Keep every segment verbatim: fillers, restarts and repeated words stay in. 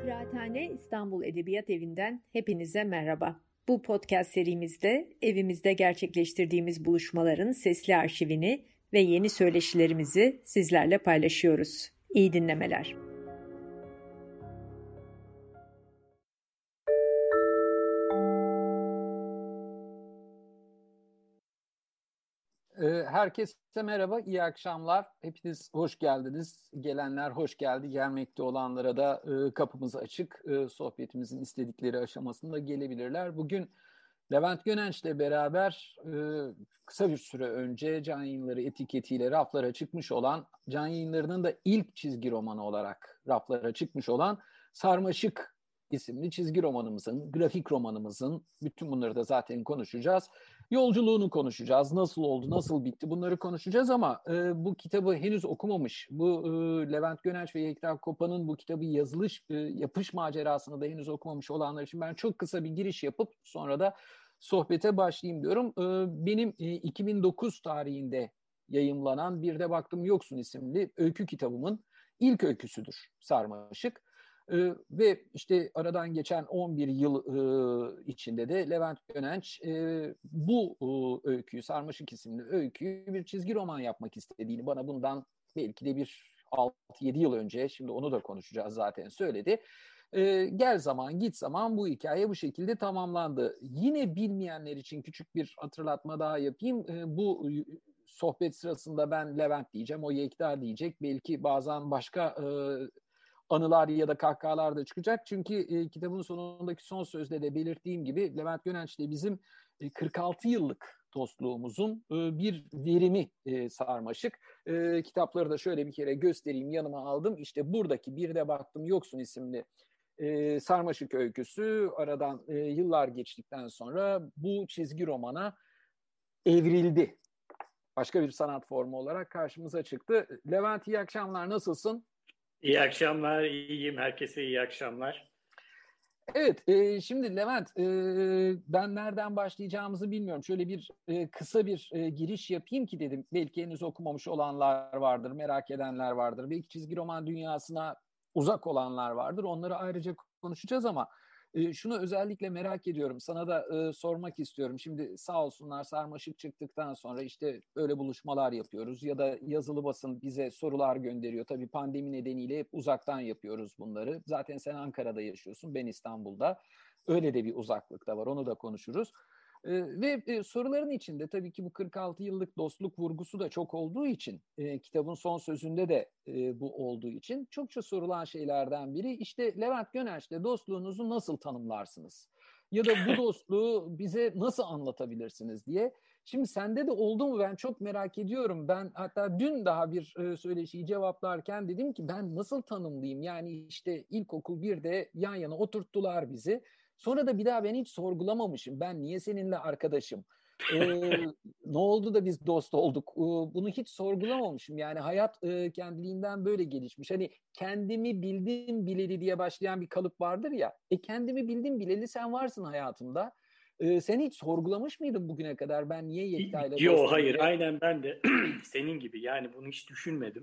Kıraathane İstanbul Edebiyat Evi'nden hepinize merhaba. Bu podcast serimizde evimizde gerçekleştirdiğimiz buluşmaların sesli arşivini ve yeni söyleşilerimizi sizlerle paylaşıyoruz. İyi dinlemeler. Herkese merhaba, iyi akşamlar. Hepiniz hoş geldiniz. Gelenler hoş geldi. Gelmekte olanlara da kapımız açık. Sohbetimizin istedikleri aşamasında gelebilirler. Bugün Levent Gönenç'le beraber kısa bir süre önce Can Yayınları etiketiyle raflara çıkmış olan, Can Yayınları'nın da ilk çizgi romanı olarak raflara çıkmış olan Sarmaşık isimli çizgi romanımızın, grafik romanımızın, bütün bunları da zaten konuşacağız. Yolculuğunu konuşacağız. Nasıl oldu, nasıl bitti bunları konuşacağız ama e, bu kitabı henüz okumamış. Bu e, Levent Gönenç ve Yekta Kopan'ın bu kitabı yazılış, e, yapış macerasını da henüz okumamış olanlar için ben çok kısa bir giriş yapıp sonra da sohbete başlayayım diyorum. E, benim e, iki bin dokuz tarihinde yayımlanan Bir de Baktım Yoksun isimli öykü kitabımın ilk öyküsüdür Sarmaşık. Ee, ve işte aradan geçen on bir yıl e, içinde de Levent Gönenç e, bu e, öyküyü, Sarmaşık isimli öyküyü bir çizgi roman yapmak istediğini bana bundan belki de bir altı yedi yıl önce, şimdi onu da konuşacağız zaten, söyledi. E, gel zaman git zaman bu hikaye bu şekilde tamamlandı. Yine bilmeyenler için küçük bir hatırlatma daha yapayım. E, bu sohbet sırasında ben Levent diyeceğim, o Yekta diyecek. Belki bazen başka e, anılar ya da kahkahalar da çıkacak. Çünkü e, kitabın sonundaki son sözde de belirttiğim gibi Levent Gönenç ile bizim e, kırk altı yıllık dostluğumuzun e, bir verimi e, Sarmaşık. E, kitapları da şöyle bir kere göstereyim, yanıma aldım. İşte buradaki Bir de Baktım Yoksun isimli e, Sarmaşık öyküsü aradan e, yıllar geçtikten sonra bu çizgi romana evrildi. Başka bir sanat formu olarak karşımıza çıktı. Levent, iyi akşamlar, nasılsın? İyi akşamlar, iyiyim. Herkese iyi akşamlar. Evet, e, şimdi Levent, e, ben nereden başlayacağımızı bilmiyorum. Şöyle bir e, kısa bir e, giriş yapayım ki dedim. Belki henüz okumamış olanlar vardır, merak edenler vardır. Belki çizgi roman dünyasına uzak olanlar vardır. Onları ayrıca konuşacağız ama e, şunu özellikle merak ediyorum. Sana da e, sormak istiyorum. Şimdi sağ olsunlar, Sarmaşık çıktıktan sonra işte böyle buluşmalar yapıyoruz ya da yazılı basın bize sorular gönderiyor. Tabii pandemi nedeniyle hep uzaktan yapıyoruz bunları. Zaten sen Ankara'da yaşıyorsun, ben İstanbul'da. Öyle de bir uzaklık da var, onu da konuşuruz. Ee, ve e, soruların içinde tabii ki bu kırk altı yıllık dostluk vurgusu da çok olduğu için, e, kitabın son sözünde de e, bu olduğu için çokça sorulan şeylerden biri işte Levent Gönenç'le dostluğunuzu nasıl tanımlarsınız? Ya da bu dostluğu bize nasıl anlatabilirsiniz diye. Şimdi sende de oldu mu, ben çok merak ediyorum. Ben hatta dün daha bir e, söyleşiyi cevaplarken dedim ki ben nasıl tanımlayayım? Yani işte ilkokul birde yan yana oturttular bizi. Sonra da bir daha ben hiç sorgulamamışım. Ben niye seninle arkadaşım? Ee, ne oldu da biz dost olduk? Ee, bunu hiç sorgulamamışım. Yani hayat e, kendiliğinden böyle gelişmiş. Hani kendimi bildim bileli diye başlayan bir kalıp vardır ya. E kendimi bildim bileli sen varsın hayatımda. Ee, sen hiç sorgulamış mıydın bugüne kadar? Ben niye Yekta'yla dostum Yok, hayır, diye? aynen ben de senin gibi yani bunu hiç düşünmedim.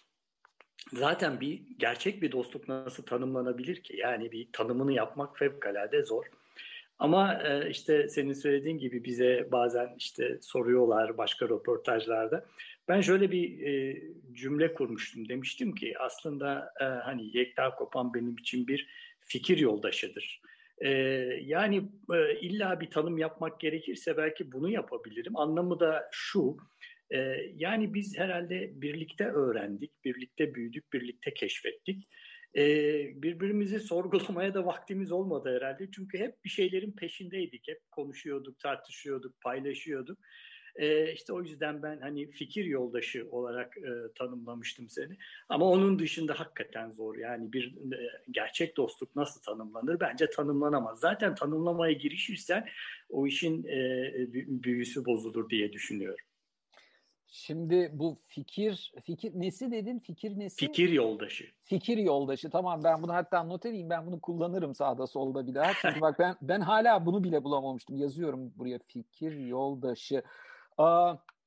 Zaten bir gerçek bir dostluk nasıl tanımlanabilir ki? Yani bir tanımını yapmak fevkalade zor. Ama e, işte senin söylediğin gibi bize bazen işte soruyorlar başka röportajlarda. Ben şöyle bir e, cümle kurmuştum. Demiştim ki aslında e, hani Yekta Kopan benim için bir fikir yoldaşıdır. E, yani e, illa bir tanım yapmak gerekirse belki bunu yapabilirim. Anlamı da şu. E, yani biz herhalde birlikte öğrendik, birlikte büyüdük, birlikte keşfettik. Ee, birbirimizi sorgulamaya da vaktimiz olmadı herhalde. Çünkü hep bir şeylerin peşindeydik. Hep konuşuyorduk, tartışıyorduk, paylaşıyorduk. Ee, işte o yüzden ben hani fikir yoldaşı olarak e, tanımlamıştım seni. Ama onun dışında hakikaten zor. Yani bir e, gerçek dostluk nasıl tanımlanır? Bence tanımlanamaz. Zaten tanımlamaya girişirsen o işin e, büyüsü bozulur diye düşünüyorum. Şimdi bu fikir, fikir nesi dedin? Fikir nesi? Fikir yoldaşı. Fikir yoldaşı. Tamam, ben bunu hatta not edeyim. Ben bunu kullanırım sağda solda bir daha. Çünkü bak ben ben hala bunu bile bulamamıştım. Yazıyorum buraya, fikir yoldaşı. Aa,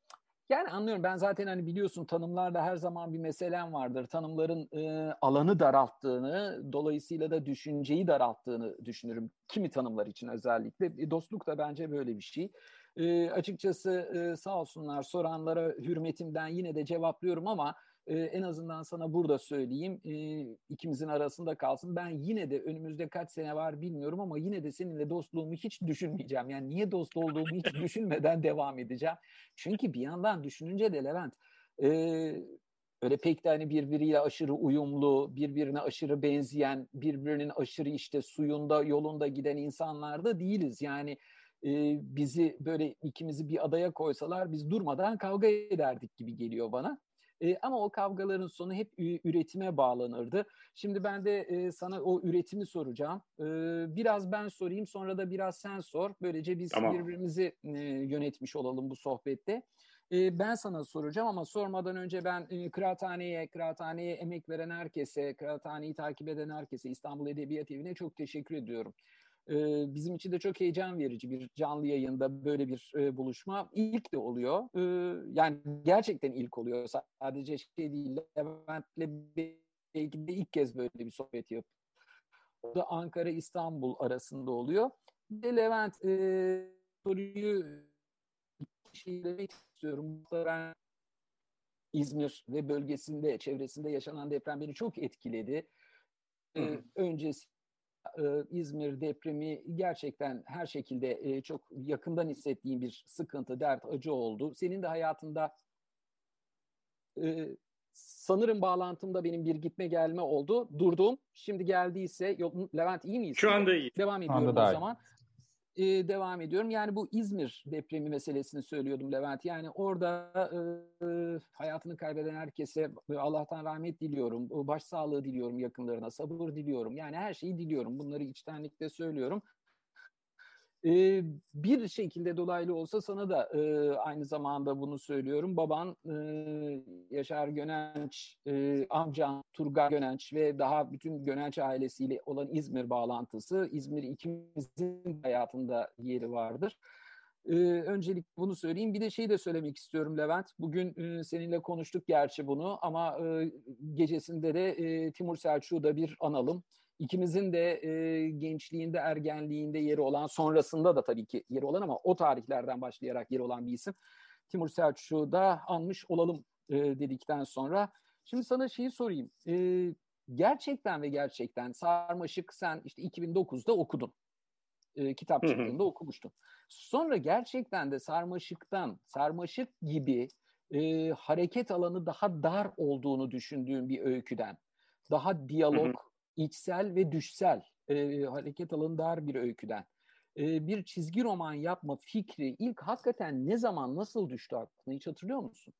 Yani anlıyorum. Ben zaten hani biliyorsun tanımlarda her zaman bir meselem vardır. Tanımların e, alanı daralttığını, dolayısıyla da düşünceyi daralttığını düşünürüm. Kimi tanımlar için özellikle. E, dostluk da bence böyle bir şey. E, açıkçası e, sağ olsunlar soranlara hürmetimden yine de cevaplıyorum ama e, en azından sana burada söyleyeyim. E, ikimizin arasında kalsın. Ben yine de önümüzde kaç sene var bilmiyorum ama yine de seninle dostluğumu hiç düşünmeyeceğim. Yani niye dost olduğumu hiç düşünmeden devam edeceğim. Çünkü bir yandan düşününce de Levent, e, öyle pek de hani birbiriyle aşırı uyumlu, birbirine aşırı benzeyen, birbirinin aşırı işte suyunda, yolunda giden insanlar da değiliz. Yani e, bizi böyle ikimizi bir adaya koysalar biz durmadan kavga ederdik gibi geliyor bana. E, ama o kavgaların sonu hep üretime bağlanırdı. Şimdi ben de e, sana o üretimi soracağım. E, biraz ben sorayım, sonra da biraz sen sor. Böylece biz Tamam. birbirimizi e, yönetmiş olalım bu sohbette. E, ben sana soracağım ama sormadan önce ben e, kıraathaneye, kıraathaneye emek veren herkese, kıraathaneyi takip eden herkese, İstanbul Edebiyat Evi'ne çok teşekkür ediyorum. Ee, bizim için de çok heyecan verici bir canlı yayında böyle bir e, buluşma. İlk de oluyor. Ee, yani gerçekten ilk oluyor. Sadece şey değil. Levent'le belki de ilk kez böyle bir sohbet yapıyor. O da Ankara-İstanbul arasında oluyor. Bir de Levent e, soruyu şeylemek istiyorum. Ben İzmir ve bölgesinde, çevresinde yaşanan deprem beni çok etkiledi. Hı hı. Ee, öncesi İzmir depremi gerçekten her şekilde çok yakından hissettiğim bir sıkıntı, dert, acı oldu. Senin de hayatında sanırım bağlantımda benim bir gitme gelme oldu. Durdum. Şimdi geldiyse, yok, Levent iyi miyiz? Şu anda iyi. Devam ediyorum o zaman. Ee, devam ediyorum. Yani bu İzmir depremi meselesini söylüyordum Levent. Yani orada e, hayatını kaybeden herkese Allah'tan rahmet diliyorum. Başsağlığı diliyorum yakınlarına. Sabır diliyorum. Yani her şeyi diliyorum. Bunları içtenlikle söylüyorum. Ee, bir şekilde dolaylı olsa sana da e, aynı zamanda bunu söylüyorum. Baban e, Yaşar Gönenç, e, amcan Turgay Gönenç ve daha bütün Gönenç ailesiyle olan İzmir bağlantısı. İzmir ikimizin hayatında yeri vardır. Ee, öncelikle bunu söyleyeyim. Bir de şeyi de söylemek istiyorum Levent. Bugün e, seninle konuştuk gerçi bunu ama e, gecesinde de e, Timur Selçuk'u da bir analım. İkimizin de e, gençliğinde, ergenliğinde yeri olan, sonrasında da tabii ki yeri olan ama o tarihlerden başlayarak yeri olan bir isim. Timur Selçuk'u da anmış olalım e, dedikten sonra. Şimdi sana şeyi sorayım. E, gerçekten ve gerçekten Sarmaşık sen işte iki bin dokuzda okudun. E, kitap Hı hı. çıktığında okumuştun. Sonra gerçekten de Sarmaşık'tan, Sarmaşık gibi e, hareket alanı daha dar olduğunu düşündüğüm bir öyküden, daha diyalog, hı hı. içsel ve düşsel e, hareket alanı dar bir öyküden e, bir çizgi roman yapma fikri ilk hakikaten ne zaman, nasıl düştü aklına, hiç hatırlıyor musun?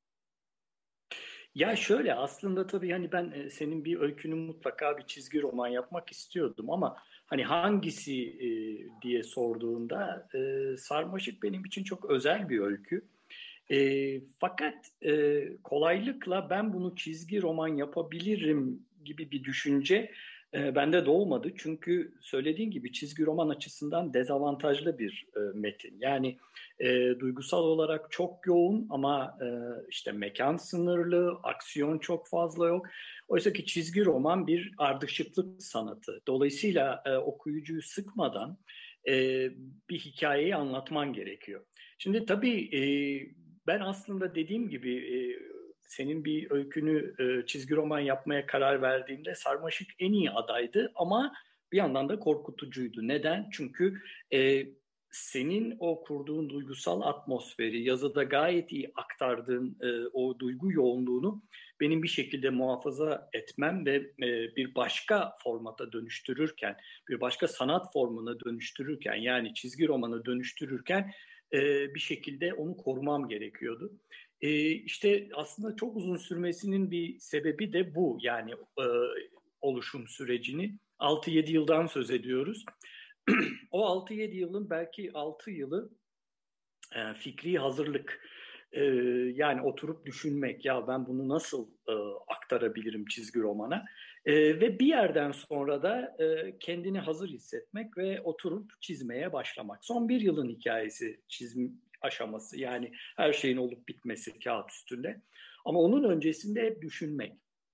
Ya şöyle aslında tabii hani ben senin bir öykünü mutlaka bir çizgi roman yapmak istiyordum ama hani hangisi e, diye sorduğunda e, Sarmaşık benim için çok özel bir öykü. E, fakat e, kolaylıkla ben bunu çizgi roman yapabilirim gibi bir düşünce e, bende doğmadı. Çünkü söylediğin gibi çizgi roman açısından dezavantajlı bir e, metin. Yani e, duygusal olarak çok yoğun ama e, işte mekan sınırlı, aksiyon çok fazla yok. Oysa ki çizgi roman bir ardışıklık sanatı. Dolayısıyla e, okuyucuyu sıkmadan e, bir hikayeyi anlatman gerekiyor. Şimdi tabii e, ben aslında dediğim gibi e, senin bir öykünü e, çizgi roman yapmaya karar verdiğimde Sarmaşık en iyi adaydı ama bir yandan da korkutucuydu. Neden? Çünkü e, senin o kurduğun duygusal atmosferi, yazıda gayet iyi aktardığın e, o duygu yoğunluğunu benim bir şekilde muhafaza etmem ve e, bir başka formata dönüştürürken, bir başka sanat formuna dönüştürürken, yani çizgi romanı dönüştürürken e, bir şekilde onu korumam gerekiyordu. E, işte aslında çok uzun sürmesinin bir sebebi de bu. Yani e, oluşum sürecini altı yedi yıldan söz ediyoruz. O altı yedi yılın belki altı yılı e, fikri hazırlık. E, yani oturup düşünmek, ya ben bunu nasıl e, aktarabilirim çizgi romana? E, ve bir yerden sonra da e, kendini hazır hissetmek ve oturup çizmeye başlamak. Son bir yılın hikayesi çizim, aşaması. Yani her şeyin olup bitmesi kağıt üstünde. Ama onun öncesinde hep düşünmek.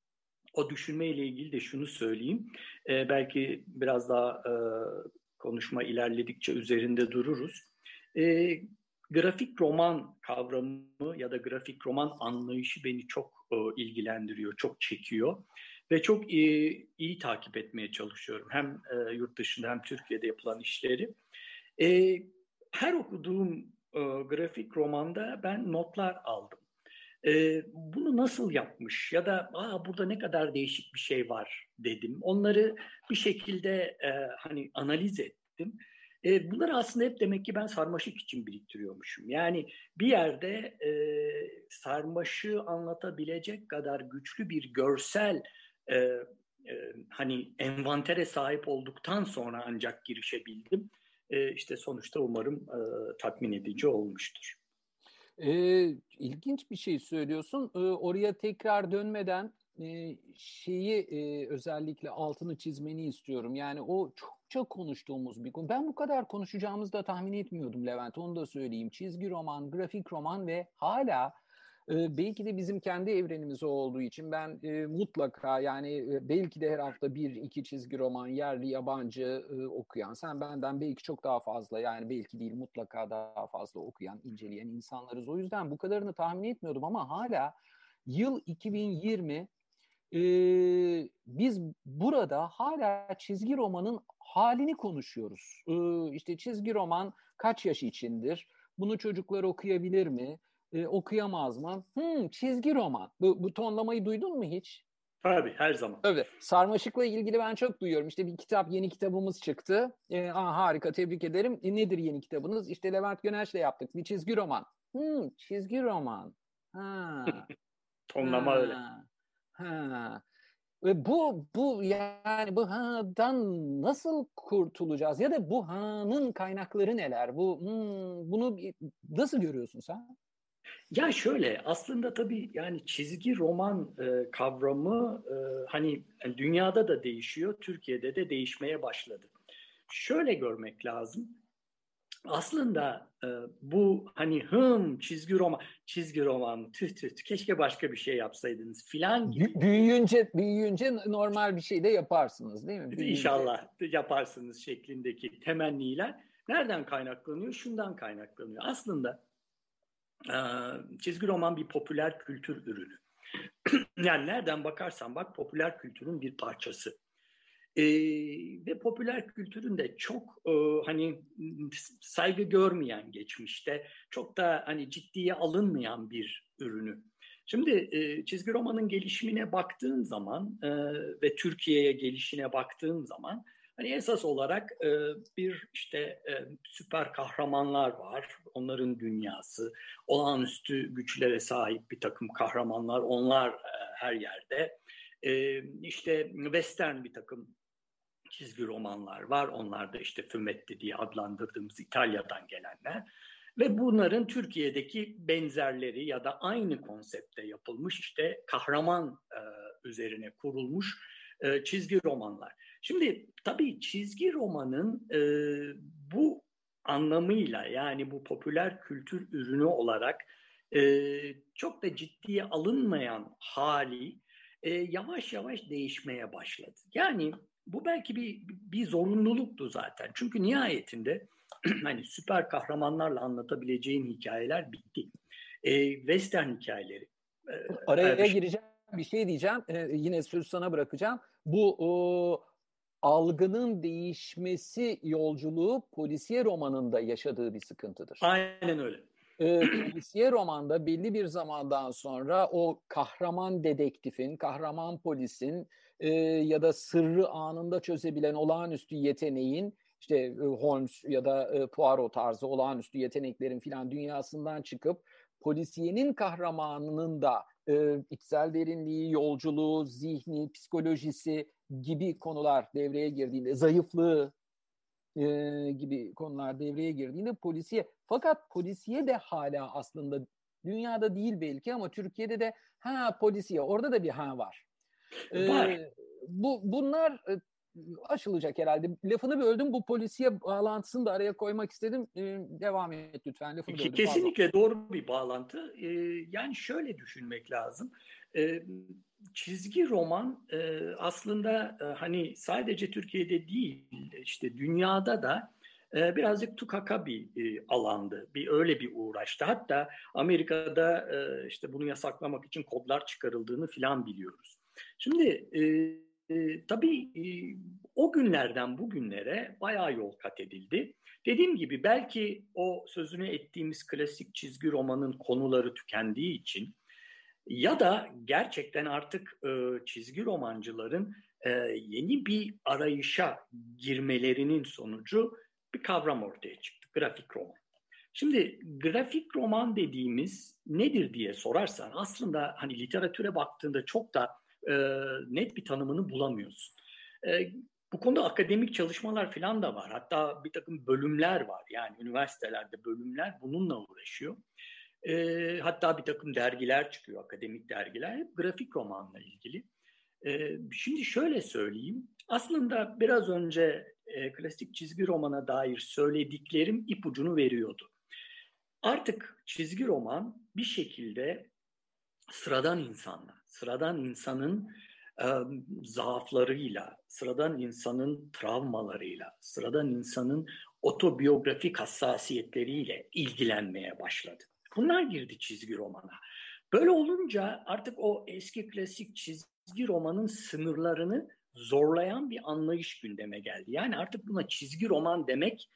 O düşünmeyle ilgili de şunu söyleyeyim. Ee, belki biraz daha e, konuşma ilerledikçe üzerinde dururuz. Ee, grafik roman kavramı ya da grafik roman anlayışı beni çok e, ilgilendiriyor, çok çekiyor. Ve çok iyi, iyi takip etmeye çalışıyorum. Hem e, yurt dışında hem Türkiye'de yapılan işleri. E, her okuduğum e, grafik romanda ben notlar aldım. E, bunu nasıl yapmış ya da Aa, burada ne kadar değişik bir şey var dedim. Onları bir şekilde e, hani analiz ettim. E, bunları aslında hep demek ki ben sarmaşık için biriktiriyormuşum. Yani bir yerde e, sarmaşığı anlatabilecek kadar güçlü bir görsel e, e, hani envantere sahip olduktan sonra ancak girişebildim. E, işte sonuçta umarım e, tatmin edici olmuştur. Ee, ilginç bir şey söylüyorsun. Ee, oraya tekrar dönmeden e, şeyi e, özellikle altını çizmeni istiyorum. Yani o çokça konuştuğumuz bir konu. Ben bu kadar konuşacağımızı da tahmin etmiyordum Levent. Onu da söyleyeyim. Çizgi roman, grafik roman ve hala e, belki de bizim kendi evrenimiz o olduğu için ben e, mutlaka yani e, belki de her hafta bir iki çizgi roman yerli yabancı e, okuyan, sen benden belki çok daha fazla, yani belki değil mutlaka daha fazla okuyan, inceleyen insanlarız. O yüzden bu kadarını tahmin etmiyordum ama hala yıl iki bin yirmi, e, biz burada hala çizgi romanın halini konuşuyoruz. E, işte çizgi roman kaç yaş içindir? Bunu çocuklar okuyabilir mi? E, okuyamaz mı? Hmm, çizgi roman. Bu, bu tonlamayı duydun mu hiç? Tabii, her zaman. Evet. Sarmaşık'la ilgili ben çok duyuyorum. İşte bir kitap, yeni kitabımız çıktı. E, aa, harika, tebrik ederim. E, nedir yeni kitabınız? İşte Levent Gönerç'le yaptık. Bir çizgi roman. Hmm, çizgi roman. Ha, Tonlama öyle. ha, ha. Ve bu, bu yani bu hadan nasıl kurtulacağız? Ya da bu hanın kaynakları neler? Bu hmm, bunu nasıl görüyorsun sen? Ya şöyle, aslında tabii yani çizgi roman e, kavramı e, hani dünyada da değişiyor, Türkiye'de de değişmeye başladı. Şöyle görmek lazım. Aslında e, bu hani hım çizgi roman, çizgi roman, tüh tüh tüh, keşke başka bir şey yapsaydınız filan gibi. Büyüyünce, büyüyünce normal bir şey de yaparsınız değil mi? Büyüyünce... İnşallah yaparsınız şeklindeki temenniler nereden kaynaklanıyor? Şundan kaynaklanıyor. Aslında e, çizgi roman bir popüler kültür ürünü. Yani nereden bakarsan bak popüler kültürün bir parçası. Ee, ve popüler kültürün de çok e, hani saygı görmeyen geçmişte çok da hani ciddiye alınmayan bir ürünü. Şimdi e, çizgi romanın gelişimine baktığın zaman e, ve Türkiye'ye gelişine baktığın zaman hani esas olarak e, bir işte e, süper kahramanlar var, onların dünyası, olağanüstü güçlere sahip bir takım kahramanlar, onlar e, her yerde. E, işte western bir takım çizgi romanlar var. Onlar da işte fumetti diye adlandırdığımız İtalya'dan gelenler. Ve bunların Türkiye'deki benzerleri ya da aynı konsepte yapılmış işte kahraman e, üzerine kurulmuş e, çizgi romanlar. Şimdi tabii çizgi romanın e, bu anlamıyla yani bu popüler kültür ürünü olarak e, çok da ciddiye alınmayan hali e, yavaş yavaş değişmeye başladı. Yani bu belki bir bir zorunluluktu zaten. Çünkü nihayetinde hani süper kahramanlarla anlatabileceğin hikayeler bitti. E, Western hikayeleri. E, Araya er, gireceğim, bir şey diyeceğim. Ee, yine sözü sana bırakacağım. Bu o, algının değişmesi yolculuğu polisiye romanında yaşadığı bir sıkıntıdır. Aynen öyle. Ee, polisiye romanda belli bir zamandan sonra o kahraman dedektifin, kahraman polisin e, ya da sırrı anında çözebilen olağanüstü yeteneğin, işte e, Holmes ya da e, Poirot tarzı olağanüstü yeteneklerin filan dünyasından çıkıp polisiyenin kahramanının da e, içsel derinliği, yolculuğu, zihni, psikolojisi gibi konular devreye girdiğinde, zayıflığı e, gibi konular devreye girdiğinde polisiye, fakat polisiye de hala aslında dünyada değil belki ama Türkiye'de de ha polisiye, orada da bir ha var. E, Var. bu bunlar aşılacak herhalde. Lafını böldüm. Bu polisiye bağlantısını da araya koymak istedim. E, devam et lütfen. Lafını böldüm. Kesinlikle pardon. Doğru bir bağlantı. E, yani şöyle düşünmek lazım. E, çizgi roman e, aslında e, hani sadece Türkiye'de değil, işte dünyada da e, birazcık tukaka bir e, alandı. Bir öyle bir uğraştı. Hatta Amerika'da e, işte bunu yasaklamak için kodlar çıkarıldığını filan biliyoruz. Şimdi e, e, tabii e, o günlerden bugünlere bayağı yol kat edildi. Dediğim gibi belki o sözünü ettiğimiz klasik çizgi romanın konuları tükendiği için ya da gerçekten artık e, çizgi romancıların e, yeni bir arayışa girmelerinin sonucu bir kavram ortaya çıktı. Grafik roman. Şimdi grafik roman dediğimiz nedir diye sorarsan aslında hani literatüre baktığında çok da e, net bir tanımını bulamıyorsun. E, bu konuda akademik çalışmalar falan da var. Hatta bir takım bölümler var. Yani üniversitelerde bölümler bununla uğraşıyor. E, hatta bir takım dergiler çıkıyor, akademik dergiler. Hep grafik romanla ilgili. E, şimdi şöyle söyleyeyim. Aslında biraz önce e, klasik çizgi romana dair söylediklerim ipucunu veriyordu. Artık çizgi roman bir şekilde sıradan insanla, sıradan insanın e, zaaflarıyla, sıradan insanın travmalarıyla, sıradan insanın otobiyografik hassasiyetleriyle ilgilenmeye başladı. Bunlar girdi çizgi romana. Böyle olunca artık o eski klasik çizgi romanın sınırlarını zorlayan bir anlayış gündeme geldi. Yani artık buna çizgi roman demek,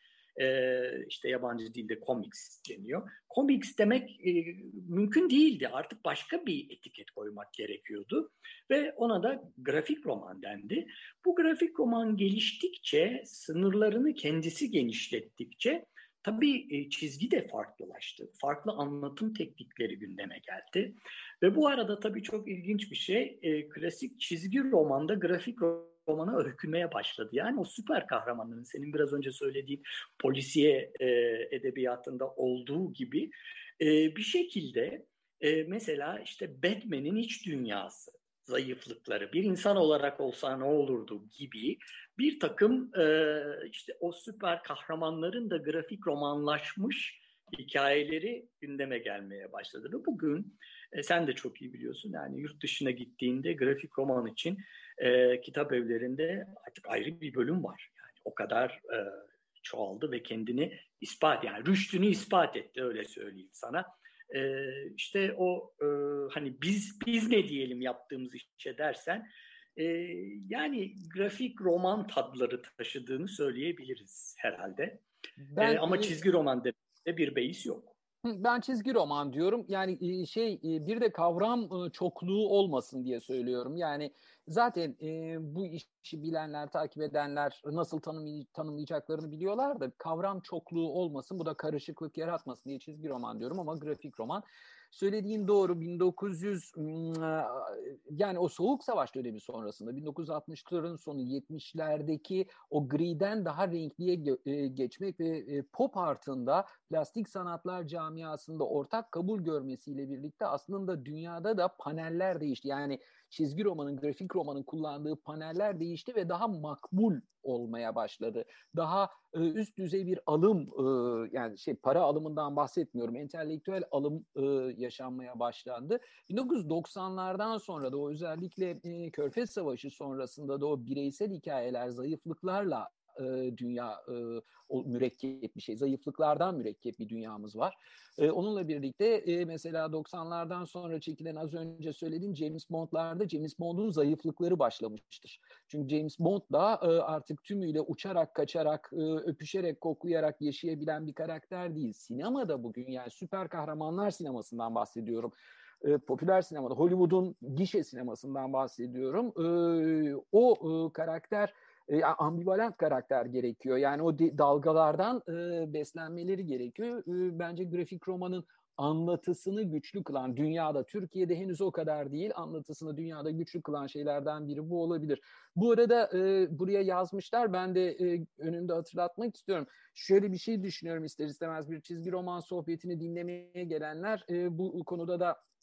Ee, işte yabancı dilde comics deniyor. Comics demek e, mümkün değildi. Artık başka bir etiket koymak gerekiyordu. Ve ona da grafik roman dendi. Bu grafik roman geliştikçe, sınırlarını kendisi genişlettikçe tabii e, çizgi de farklılaştı. Farklı anlatım teknikleri gündeme geldi. Ve bu arada tabii çok ilginç bir şey, e, klasik çizgi romanda grafik roman romana öykünmeye başladı. Yani o süper kahramanların senin biraz önce söylediğin polisiye e, edebiyatında olduğu gibi e, bir şekilde e, mesela işte Batman'in iç dünyası, zayıflıkları, bir insan olarak olsa ne olurdu gibi bir takım e, işte o süper kahramanların da grafik romanlaşmış hikayeleri gündeme gelmeye başladı. Ve bugün e, sen de çok iyi biliyorsun, yani yurt dışına gittiğinde grafik roman için e, kitap evlerinde artık ayrı bir bölüm var. Yani o kadar e, çoğaldı ve kendini ispat, yani rüştünü ispat etti, öyle söyleyeyim sana. E, işte o e, hani biz biz ne diyelim yaptığımız işe dersen e, yani grafik roman tadları taşıdığını söyleyebiliriz herhalde. Ben, e, ama çizgi roman de bir beis yok. Ben çizgi roman diyorum. Yani şey, bir de kavram çokluğu olmasın diye söylüyorum. Yani zaten e, bu işi bilenler, takip edenler nasıl tanım, tanımlayacaklarını biliyorlar da kavram çokluğu olmasın, bu da karışıklık yaratmasın diye çizgi roman diyorum ama grafik roman. Söylediğin doğru. bin dokuz yüz yani o Soğuk Savaş dönemi sonrasında bin dokuz yüz altmışların sonu yetmişlerdeki o griden daha renkliye geçmek ve pop artında plastik sanatlar camiasında ortak kabul görmesiyle birlikte aslında dünyada da paneller değişti. Yani çizgi romanın, grafik romanın kullandığı paneller değişti ve daha makbul olmaya başladı. Daha e, üst düzey bir alım, e, yani şey para alımından bahsetmiyorum, entelektüel alım e, yaşanmaya başlandı. bin dokuz yüz doksanlardan sonra da o özellikle e, Körfez Savaşı sonrasında da o bireysel hikayeler, zayıflıklarla e, dünya e, o mürekkep bir şey. Zayıflıklardan mürekkep bir dünyamız var. E, onunla birlikte e, mesela doksanlardan sonra çekilen, az önce söylediğim James Bond'larda James Bond'un zayıflıkları başlamıştır. Çünkü James Bond da e, artık tümüyle uçarak, kaçarak, e, öpüşerek, koklayarak yaşayabilen bir karakter değil. Sinemada bugün, yani süper kahramanlar sinemasından bahsediyorum. E, popüler sinemada, Hollywood'un gişe sinemasından bahsediyorum. E, o e, karakter E, ambivalent karakter gerekiyor. Yani o de, dalgalardan e, beslenmeleri gerekiyor. E, bence grafik romanın anlatısını güçlü kılan, dünyada, Türkiye'de henüz o kadar değil, anlatısını dünyada güçlü kılan şeylerden biri bu olabilir. Bu arada e, buraya yazmışlar, ben de e, önünde hatırlatmak istiyorum. Şöyle bir şey düşünüyorum, ister istemez bir çizgi roman sohbetini dinlemeye gelenler e, bu konuda da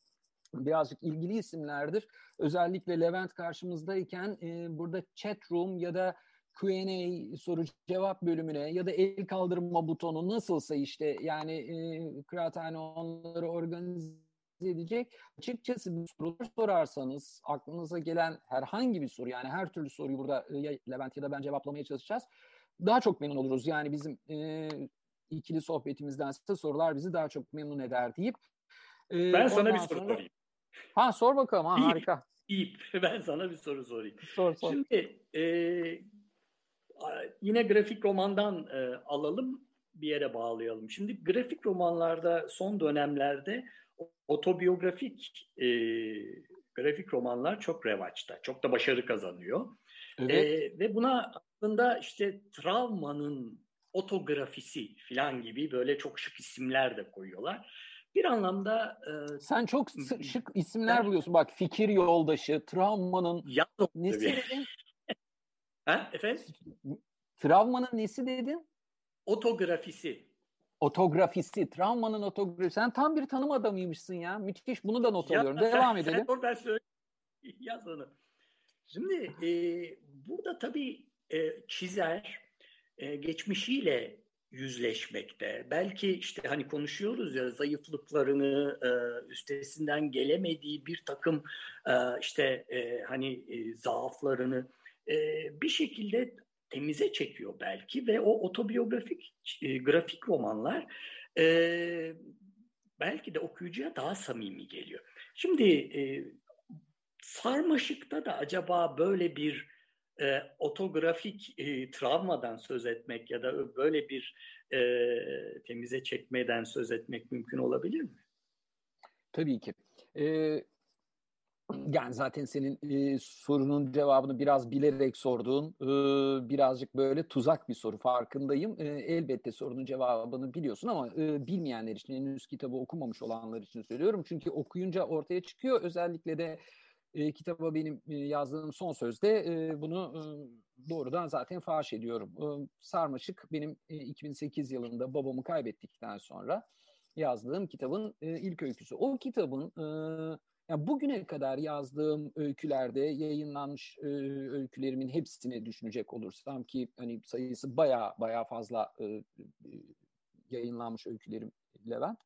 birazcık ilgili isimlerdir. Özellikle Levent karşımızdayken e, burada chat room ya da Q and A soru cevap bölümüne ya da el kaldırma butonu nasılsa işte yani e, kıraathane onları organize edecek. Açıkçası bir sorular sorarsanız aklınıza gelen herhangi bir soru yani her türlü soruyu burada ya Levent ya da ben cevaplamaya çalışacağız. Daha çok memnun oluruz. Yani bizim e, ikili sohbetimizdense sorular bizi daha çok memnun eder deyip e, ben sana bir soru sonra... sorayım. Ha sor bakalım. Ha, İyi, harika. İyi. Ben sana bir soru sorayım. Sor sor. Şimdi e, yine grafik romandan e, alalım bir yere bağlayalım. Şimdi grafik romanlarda son dönemlerde otobiyografik e, grafik romanlar çok revaçta. Çok da başarı kazanıyor. Evet. E, ve buna aslında işte travmanın otografisi falan gibi böyle çok şık isimler de koyuyorlar. Bir anlamda... E, Sen çok şık isimler ben, buluyorsun. Bak fikir yoldaşı, travmanın ya, nesi dedin? Ha, efendim? Travmanın nesi dedin? Otografisi. Otografisi, travmanın otografisi. Sen tam bir tanım adamıymışsın ya. Müthiş, bunu da not ya, alıyorum. Sen, Devam edelim. Sen oradan söyle. Yaz onu. Şimdi e, burada tabii e, çizer e, geçmişiyle yüzleşmekte. Belki işte hani konuşuyoruz ya zayıflıklarını, e, üstesinden gelemediği bir takım e, işte e, hani e, zaaflarını e, bir şekilde temize çekiyor belki ve o otobiyografik e, grafik romanlar e, belki de okuyucuya daha samimi geliyor. Şimdi e, Sarmaşık'ta da acaba böyle bir e, otografik e, travmadan söz etmek ya da böyle bir e, temize çekmeden söz etmek mümkün olabilir mi? Tabii ki. Ee, yani zaten senin e, sorunun cevabını biraz bilerek sorduğun e, birazcık böyle tuzak bir soru, farkındayım. E, elbette sorunun cevabını biliyorsun ama e, bilmeyenler için, henüz kitabı okumamış olanlar için söylüyorum. Çünkü okuyunca ortaya çıkıyor. Özellikle de E, kitaba benim e, yazdığım son sözde e, bunu e, doğrudan zaten faş ediyorum. E, Sarmaşık benim e, iki bin sekiz yılında babamı kaybettikten sonra yazdığım kitabın e, ilk öyküsü. O kitabın e, yani bugüne kadar yazdığım öykülerde yayınlanmış e, öykülerimin hepsini düşünecek olursam ki hani sayısı baya baya fazla e, e, yayınlanmış öykülerim Levent.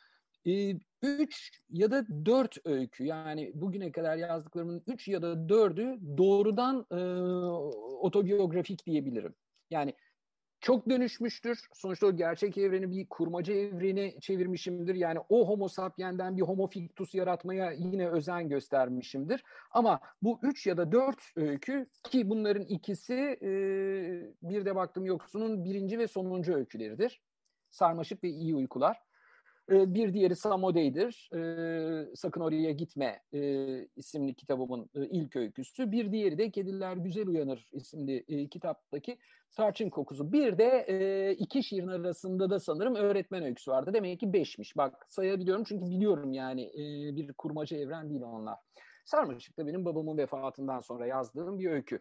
E, üç ya da dört öykü yani bugüne kadar yazdıklarımın üç ya da dördü doğrudan e, otobiyografik diyebilirim. Yani çok dönüşmüştür. Sonuçta o gerçek evreni bir kurmaca evreni çevirmişimdir. Yani o homo sapiens'den bir homo fictus yaratmaya yine özen göstermişimdir. Ama bu üç ya da dört öykü ki bunların ikisi e, bir de baktım yoksunun birinci ve sonuncu öyküleridir. Sarmaşık ve İyi Uykular. Bir diğeri Samode'dir. Ee, Sakın Oraya Gitme e, isimli kitabımın e, ilk öyküsü. Bir diğeri de Kediler Güzel Uyanır isimli e, kitaptaki Tarçın Kokusu. Bir de e, iki şiirin arasında da sanırım öğretmen öyküsü vardı. Demek ki beşmiş. Bak sayabiliyorum çünkü biliyorum yani e, bir kurmaca evren değil onlar. Sarmaşık da benim babamın vefatından sonra yazdığım bir öykü.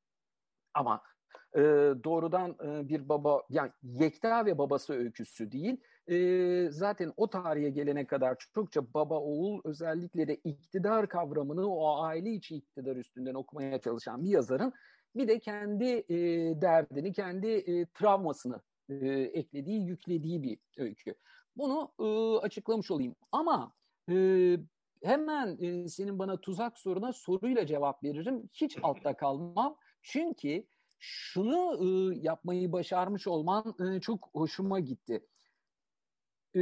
Ama e, doğrudan e, bir baba, yani Yekta ve babası öyküsü değil. E, zaten o tarihe gelene kadar çokça baba oğul, özellikle de iktidar kavramını o aile içi iktidar üstünden okumaya çalışan bir yazarın bir de kendi e, derdini, kendi e, travmasını e, eklediği, yüklediği bir öykü. Bunu e, açıklamış olayım. Ama e, hemen e, senin bana tuzak soruna soruyla cevap veririm. Hiç altta kalmam. Çünkü şunu e, yapmayı başarmış olman e, çok hoşuma gitti. E,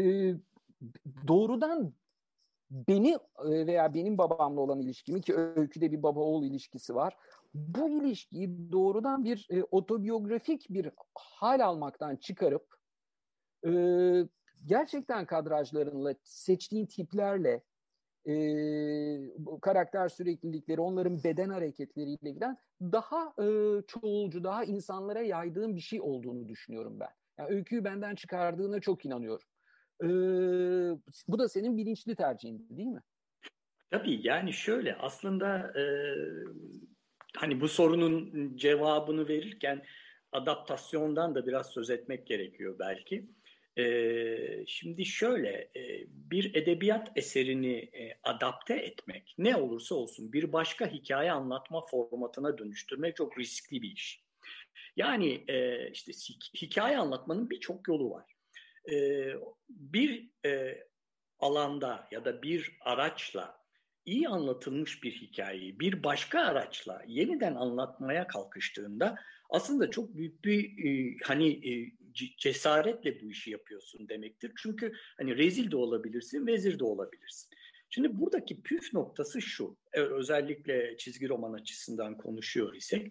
doğrudan beni e, veya benim babamla olan ilişkimi, ki öyküde bir baba oğul ilişkisi var, bu ilişkiyi doğrudan bir e, otobiyografik bir hal almaktan çıkarıp e, gerçekten kadrajlarınla, seçtiğin tiplerle, e, karakter süreklilikleri, onların beden hareketleriyle giden daha e, çoğulcu, daha insanlara yaydığım bir şey olduğunu düşünüyorum ben. Yani öyküyü benden çıkardığına çok inanıyorum. E, bu da senin bilinçli tercihin değil mi? Tabii yani şöyle aslında e, hani bu sorunun cevabını verirken adaptasyondan da biraz söz etmek gerekiyor belki. Ee, şimdi şöyle, e, bir edebiyat eserini e, adapte etmek, ne olursa olsun bir başka hikaye anlatma formatına dönüştürmek çok riskli bir iş. Yani e, işte hikaye anlatmanın birçok yolu var. E, bir e, alanda ya da bir araçla iyi anlatılmış bir hikayeyi bir başka araçla yeniden anlatmaya kalkıştığında aslında çok büyük bir e, hani e, cesaretle bu işi yapıyorsun demektir. Çünkü hani rezil de olabilirsin, vezir de olabilirsin. Şimdi buradaki püf noktası şu, özellikle çizgi roman açısından konuşuyor isek,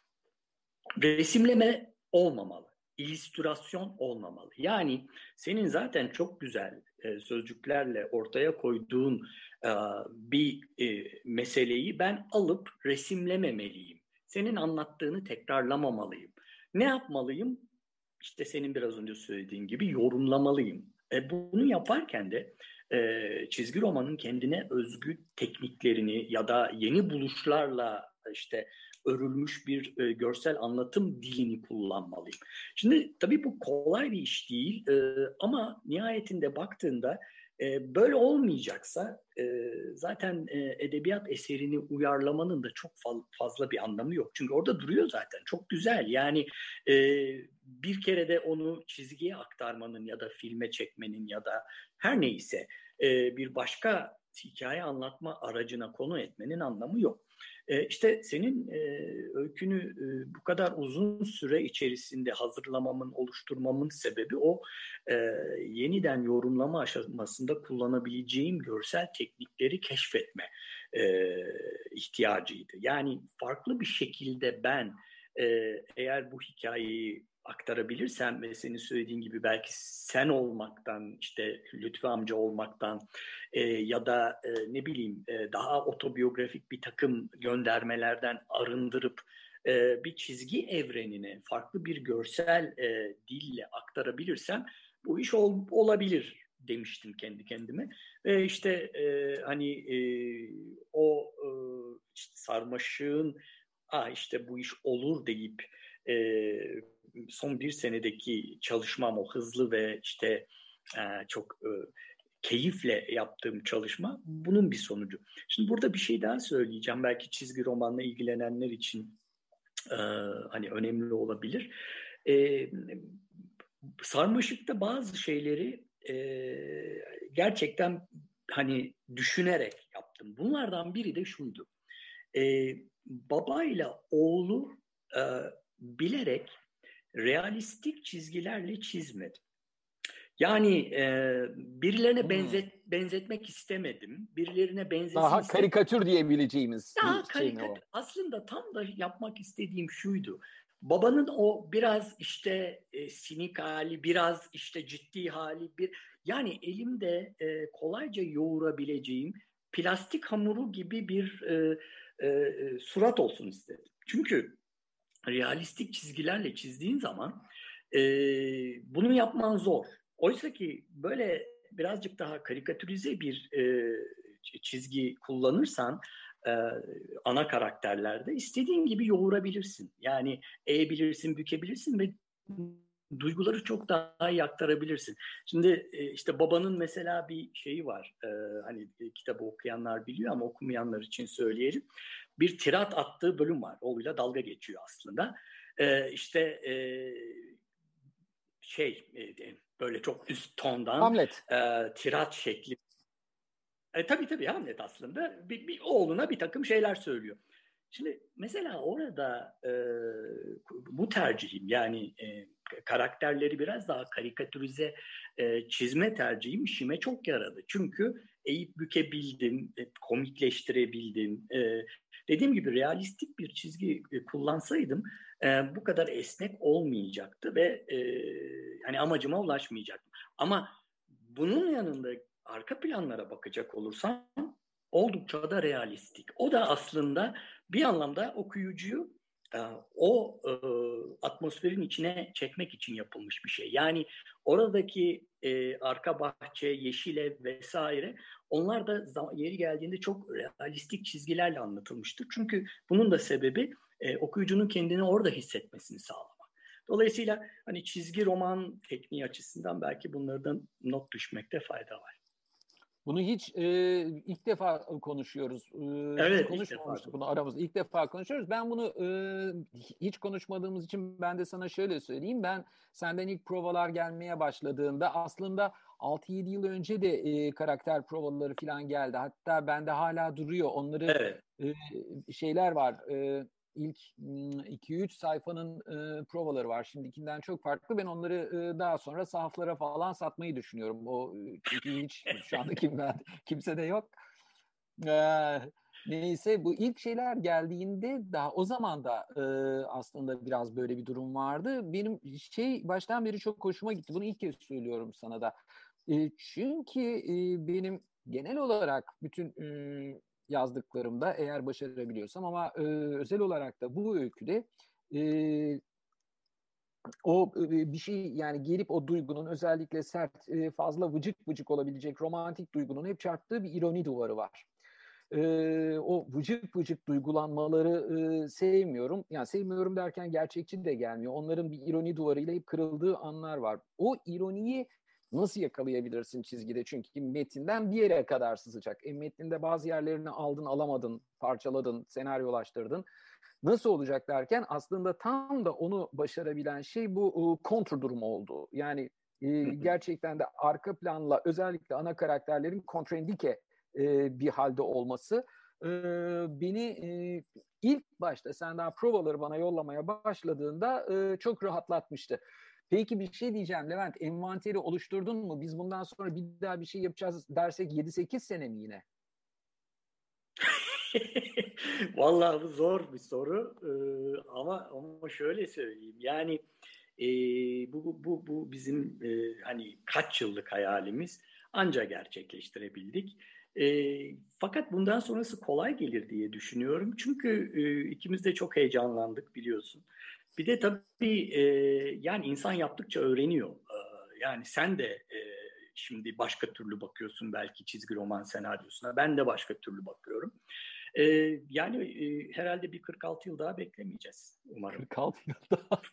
resimleme olmamalı, illüstrasyon olmamalı. Yani senin zaten çok güzel e, sözcüklerle ortaya koyduğun e, bir e, meseleyi ben alıp resimlememeliyim. Senin anlattığını tekrarlamamalıyım. Ne yapmalıyım? İşte senin biraz önce söylediğin gibi yorumlamalıyım. E, bunu yaparken de e, çizgi romanın kendine özgü tekniklerini ya da yeni buluşlarla işte örülmüş bir e, görsel anlatım dilini kullanmalıyım. Şimdi tabii bu kolay bir iş değil e, ama nihayetinde baktığında e, böyle olmayacaksa e, zaten e, edebiyat eserini uyarlamanın da çok fazla bir anlamı yok. Çünkü orada duruyor zaten, çok güzel. Yani e, bir kere de onu çizgiye aktarmanın ya da filme çekmenin ya da her neyse e, bir başka hikaye anlatma aracına konu etmenin anlamı yok. E, işte senin e, öykünü e, bu kadar uzun süre içerisinde hazırlamamın, oluşturmamın sebebi o e, yeniden yorumlama aşamasında kullanabileceğim görsel teknikleri keşfetme e, ihtiyacıydı. Yani farklı bir şekilde ben e, eğer bu hikayeyi aktarabilirsem ve senin söylediğin gibi belki sen olmaktan, işte Lütfü amca olmaktan e, ya da e, ne bileyim e, daha otobiyografik bir takım göndermelerden arındırıp e, bir çizgi evrenine farklı bir görsel e, dille aktarabilirsem bu iş ol, olabilir demiştim kendi kendime. Ve işte e, hani e, o e, işte sarmaşığın ah işte bu iş olur deyip e, son bir senedeki çalışmam, o hızlı ve işte e, çok e, keyifle yaptığım çalışma bunun bir sonucu. Şimdi burada bir şey daha söyleyeceğim. Belki çizgi romanla ilgilenenler için e, hani önemli olabilir. E, Sarmaşık'ta bazı şeyleri e, gerçekten hani düşünerek yaptım. Bunlardan biri de şuydu. E, babayla oğlu e, bilerek realistik çizgilerle çizmedim. Yani e, birilerine Hmm. benzet benzetmek istemedim. Birilerine benzesin Daha istedim. karikatür diyebileceğimiz Daha bir şey mi o? Aslında tam da yapmak istediğim şuydu. Babanın o biraz işte e, sinik hali, biraz işte ciddi hali, bir yani elimde e, kolayca yoğurabileceğim plastik hamuru gibi bir e, e, surat olsun istedim. Çünkü realistik çizgilerle çizdiğin zaman e, bunu yapman zor. Oysa ki böyle birazcık daha karikatürize bir e, çizgi kullanırsan e, ana karakterlerde istediğin gibi yoğurabilirsin. Yani eğebilirsin, bükebilirsin ve duyguları çok daha iyi aktarabilirsin. Şimdi e, işte babanın mesela bir şeyi var. E, hani e, kitabı okuyanlar biliyor ama okumayanlar için söyleyelim. Bir tirat attığı bölüm var. Oğluyla dalga geçiyor aslında. E, işte e, şey e, böyle çok üst tondan Hamlet. e, tirat şekli. E, tabii tabii Hamlet aslında bir, bir oğluna bir takım şeyler söylüyor. Şimdi mesela orada e, bu tercihim yani e, karakterleri biraz daha karikatürize e, çizme tercihim işime çok yaradı. Çünkü eğip bükebildim, e, komikleştirebildim. E, dediğim gibi realistik bir çizgi e, kullansaydım e, bu kadar esnek olmayacaktı ve e, hani amacıma ulaşmayacaktım. Ama bunun yanında arka planlara bakacak olursam oldukça da realistik. O da aslında bir anlamda okuyucuyu e, o e, atmosferin içine çekmek için yapılmış bir şey. Yani oradaki e, arka bahçe, yeşile vesaire onlar da yeri geldiğinde çok realistik çizgilerle anlatılmıştır. Çünkü bunun da sebebi e, okuyucunun kendini orada hissetmesini sağlamak. Dolayısıyla hani çizgi roman tekniği açısından belki bunlardan not düşmekte fayda var. Bunu hiç e, ilk defa konuşuyoruz. E, Evet, hiç konuşmamıştık defa. bunu aramızda. İlk defa konuşuyoruz. Ben bunu e, hiç konuşmadığımız için ben de sana şöyle söyleyeyim. Ben senden ilk provalar gelmeye başladığında aslında altı yedi yıl önce de e, karakter provaları falan geldi. Hatta bende hala duruyor. Onları evet. e, şeyler var. E, İlk iki üç sayfanın e, provaları var. Şimdikinden çok farklı. Ben onları e, daha sonra sahaflara falan satmayı düşünüyorum. O çünkü hiç şu anda kim, kimse de yok. E, neyse bu ilk şeyler geldiğinde daha o zaman da e, aslında biraz böyle bir durum vardı. Benim şey baştan beri çok hoşuma gitti. Bunu ilk kez söylüyorum sana da. E, çünkü e, benim genel olarak bütün e, yazdıklarımda eğer başarabiliyorsam ama e, özel olarak da bu öyküde e, o e, bir şey yani gelip o duygunun özellikle sert e, fazla vıcık vıcık olabilecek romantik duygunun hep çarptığı bir ironi duvarı var. E, o vıcık vıcık duygulanmaları e, sevmiyorum. Yani sevmiyorum derken gerçekçi de gelmiyor. Onların bir ironi duvarıyla hep kırıldığı anlar var. O ironiyi nasıl yakalayabilirsin çizgide? Çünkü metinden bir yere kadar sızacak. E, metninde bazı yerlerini aldın, alamadın, parçaladın, senaryolaştırdın. Nasıl olacak derken aslında tam da onu başarabilen şey bu kontra durum oldu. Yani e, gerçekten de arka planla özellikle ana karakterlerin kontraindike e, bir halde olması e, beni e, ilk başta sen daha provaları bana yollamaya başladığında e, çok rahatlatmıştı. Peki bir şey diyeceğim Levent, envanteri oluşturdun mu? Biz bundan sonra bir daha bir şey yapacağız dersek yedi sekiz sene mi yine? Vallahi bu zor bir soru ee, ama ama şöyle söyleyeyim yani e, bu bu bu bizim e, hani kaç yıllık hayalimiz anca gerçekleştirebildik. E, fakat bundan sonrası kolay gelir diye düşünüyorum çünkü e, ikimiz de çok heyecanlandık biliyorsun. Bir de tabii e, yani insan yaptıkça öğreniyor. E, yani sen de e, şimdi başka türlü bakıyorsun belki çizgi roman senaryosuna. Ben de başka türlü bakıyorum. Ee, yani e, herhalde bir kırk altı yıl daha beklemeyeceğiz umarım. kırk altı yıl daha.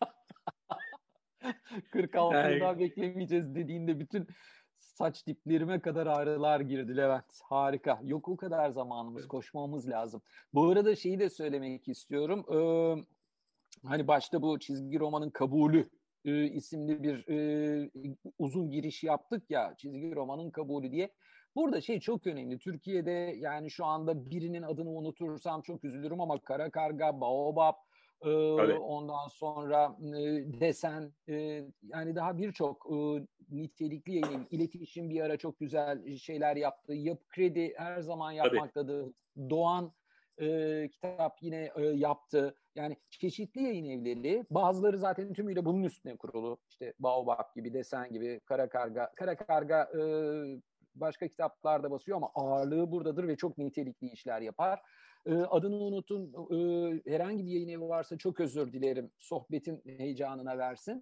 kırk altı Yani, yıl daha beklemeyeceğiz dediğinde bütün saç diplerime kadar ağrılar girdi Levent. Harika. Yok o kadar zamanımız, koşmamız lazım. Bu arada şeyi de söylemek istiyorum. Ee, hani başta bu çizgi romanın kabulü e, isimli bir e, uzun giriş yaptık ya, çizgi romanın kabulü diye. Burada şey çok önemli. Türkiye'de yani şu anda birinin adını unutursam çok üzülürüm ama Kara Karga, Baobab, e, evet. ondan sonra e, Desen, e, yani daha birçok e, nitelikli yayın, iletişim bir ara çok güzel şeyler yaptı. Yapı Kredi her zaman yapmaktadır. Doğan e, kitap yine e, yaptı. Yani çeşitli yayın evleri, bazıları zaten tümüyle bunun üstüne kurulu. İşte Baobab gibi, Desen gibi, Kara Karga. Kara Karga e, başka kitaplarda basıyor ama ağırlığı buradadır ve çok nitelikli işler yapar. E, adını unutun, e, herhangi bir yayın evi varsa çok özür dilerim. Sohbetin heyecanına versin.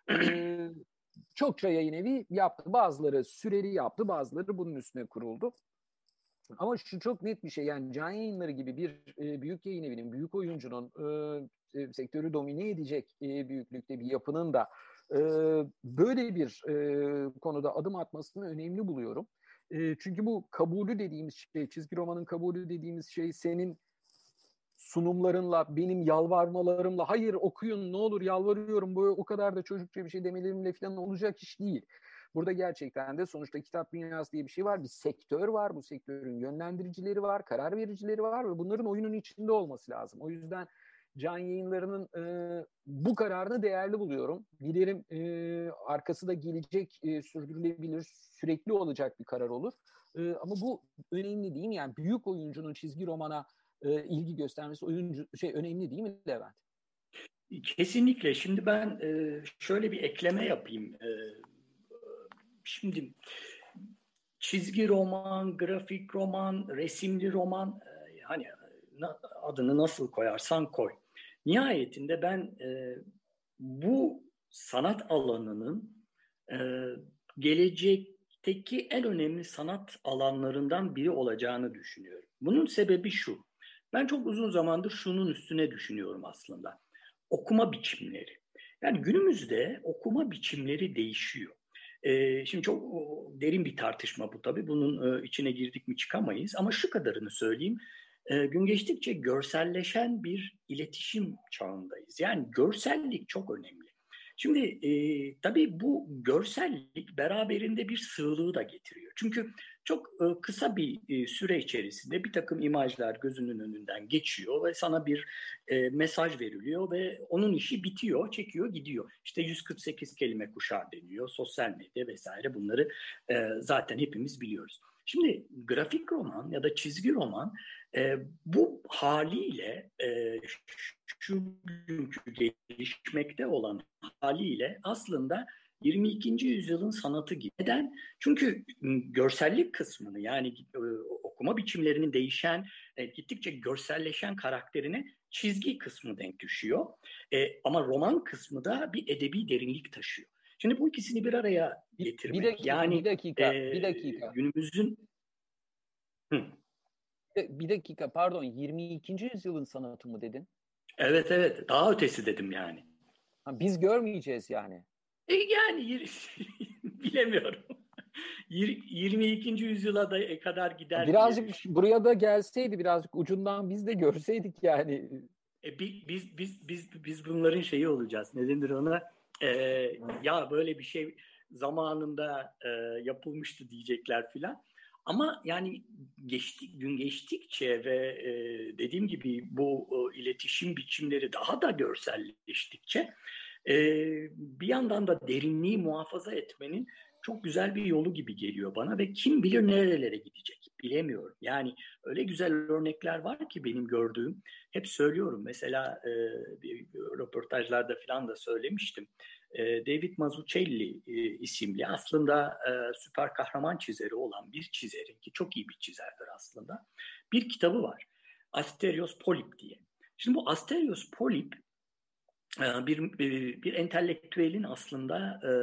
E, çokça yayın evi yaptı. Bazıları süreli yaptı, bazıları bunun üstüne kuruldu. Ama şu çok net bir şey, yani Can Yayınları gibi bir e, büyük yayın evinin, büyük oyuncunun e, sektörü domine edecek e, büyüklükte bir yapının da e, böyle bir e, konuda adım atmasını önemli buluyorum. E, çünkü bu kabulü dediğimiz şey, çizgi romanın kabulü dediğimiz şey senin sunumlarınla, benim yalvarmalarımla, hayır okuyun ne olur yalvarıyorum, bu o kadar da çocukça bir şey demelerimle falan olacak iş değil. Burada gerçekten de sonuçta kitap dünyası diye bir şey var. Bir sektör var. Bu sektörün yönlendiricileri var, karar vericileri var ve bunların oyunun içinde olması lazım. O yüzden Can Yayınları'nın e, bu kararını değerli buluyorum. Dilerim e, arkası da gelecek, e, sürdürülebilir, sürekli olacak bir karar olur. E, ama bu önemli değil mi? Yani büyük oyuncunun çizgi romana e, ilgi göstermesi oyuncu şey önemli değil mi Levent? Kesinlikle. Şimdi ben e, şöyle bir ekleme yapayım. E, şimdi çizgi roman, grafik roman, resimli roman e, hani na, adını nasıl koyarsan koy. Nihayetinde ben e, bu sanat alanının e, gelecekteki en önemli sanat alanlarından biri olacağını düşünüyorum. Bunun sebebi şu. Ben çok uzun zamandır şunun üstüne düşünüyorum aslında. Okuma biçimleri. Yani günümüzde okuma biçimleri değişiyor. Ee, şimdi çok derin bir tartışma bu tabii. Bunun e, içine girdik mi çıkamayız. Ama şu kadarını söyleyeyim. E, gün geçtikçe görselleşen bir iletişim çağındayız. Yani görsellik çok önemli. Şimdi e, tabii bu görsellik beraberinde bir sığlığı da getiriyor. Çünkü çok e, kısa bir e, süre içerisinde bir takım imajlar gözünün önünden geçiyor ve sana bir e, mesaj veriliyor ve onun işi bitiyor, çekiyor, gidiyor. İşte yüz kırk sekiz kelime kuşağı deniyor, sosyal medya vesaire bunları e, zaten hepimiz biliyoruz. Şimdi grafik roman ya da çizgi roman e, bu haliyle e, şu günkü gelişmekte olan haliyle aslında yirmi ikinci yüzyılın sanatı gibi. Neden? Çünkü görsellik kısmını yani e, okuma biçimlerinin değişen, e, gittikçe görselleşen karakterine çizgi kısmı denk düşüyor. E, ama roman kısmı da bir edebi derinlik taşıyor. Şimdi bu ikisini bir araya getirmek. Bir dakika, yani bir dakika, e, bir dakika. Günümüzün Hı. Bir dakika, pardon, yirmi ikinci yüzyılın sanatı mı dedin? Evet evet, daha ötesi dedim yani. Ha, biz görmeyeceğiz yani. E yani bilemiyorum. yirmi ikinci yüzyıla da kadar gider. Birazcık buraya da gelseydi, birazcık ucundan biz de görseydik yani. E, biz biz biz biz bunların şeyi olacağız. Ne denir ona? E, ya böyle bir şey zamanında e, yapılmıştı diyecekler filan. Ama yani geçtik, gün geçtikçe ve e, dediğim gibi bu e, iletişim biçimleri daha da görselleştikçe e, bir yandan da derinliği muhafaza etmenin çok güzel bir yolu gibi geliyor bana ve kim bilir nerelere gidecek bilemiyorum. Yani öyle güzel örnekler var ki benim gördüğüm. Hep söylüyorum mesela e, bir, bir röportajlarda falan da söylemiştim. E, David Mazzucchelli e, isimli aslında e, süper kahraman çizeri olan bir çizerin ki çok iyi bir çizerdir aslında. Bir kitabı var. Asterios Polyp diye. Şimdi bu Asterios Polyp e, bir, bir, bir entelektüelin aslında e,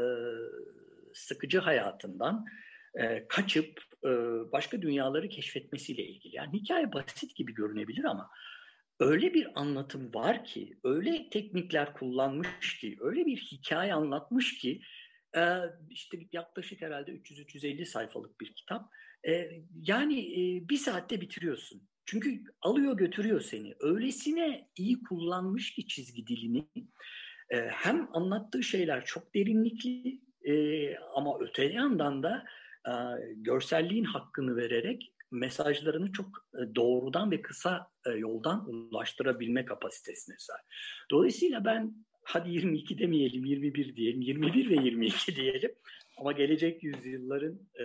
sıkıcı hayatından e, kaçıp e, başka dünyaları keşfetmesiyle ilgili. Yani hikaye basit gibi görünebilir ama öyle bir anlatım var ki, öyle teknikler kullanmış ki, öyle bir hikaye anlatmış ki e, işte yaklaşık herhalde üç yüz üç yüz elli sayfalık bir kitap. E, yani e, bir saatte bitiriyorsun. Çünkü alıyor götürüyor seni. Öylesine iyi kullanmış ki çizgi dilini. E, hem anlattığı şeyler çok derinlikli e, ama öte yandan da e, görselliğin hakkını vererek mesajlarını çok e, doğrudan ve kısa e, yoldan ulaştırabilme kapasitesine sahip. Dolayısıyla ben hadi yirmi iki demeyelim, yirmi bir diyelim, yirmi bir ve yirmi iki diyelim. Ama gelecek yüzyılların e,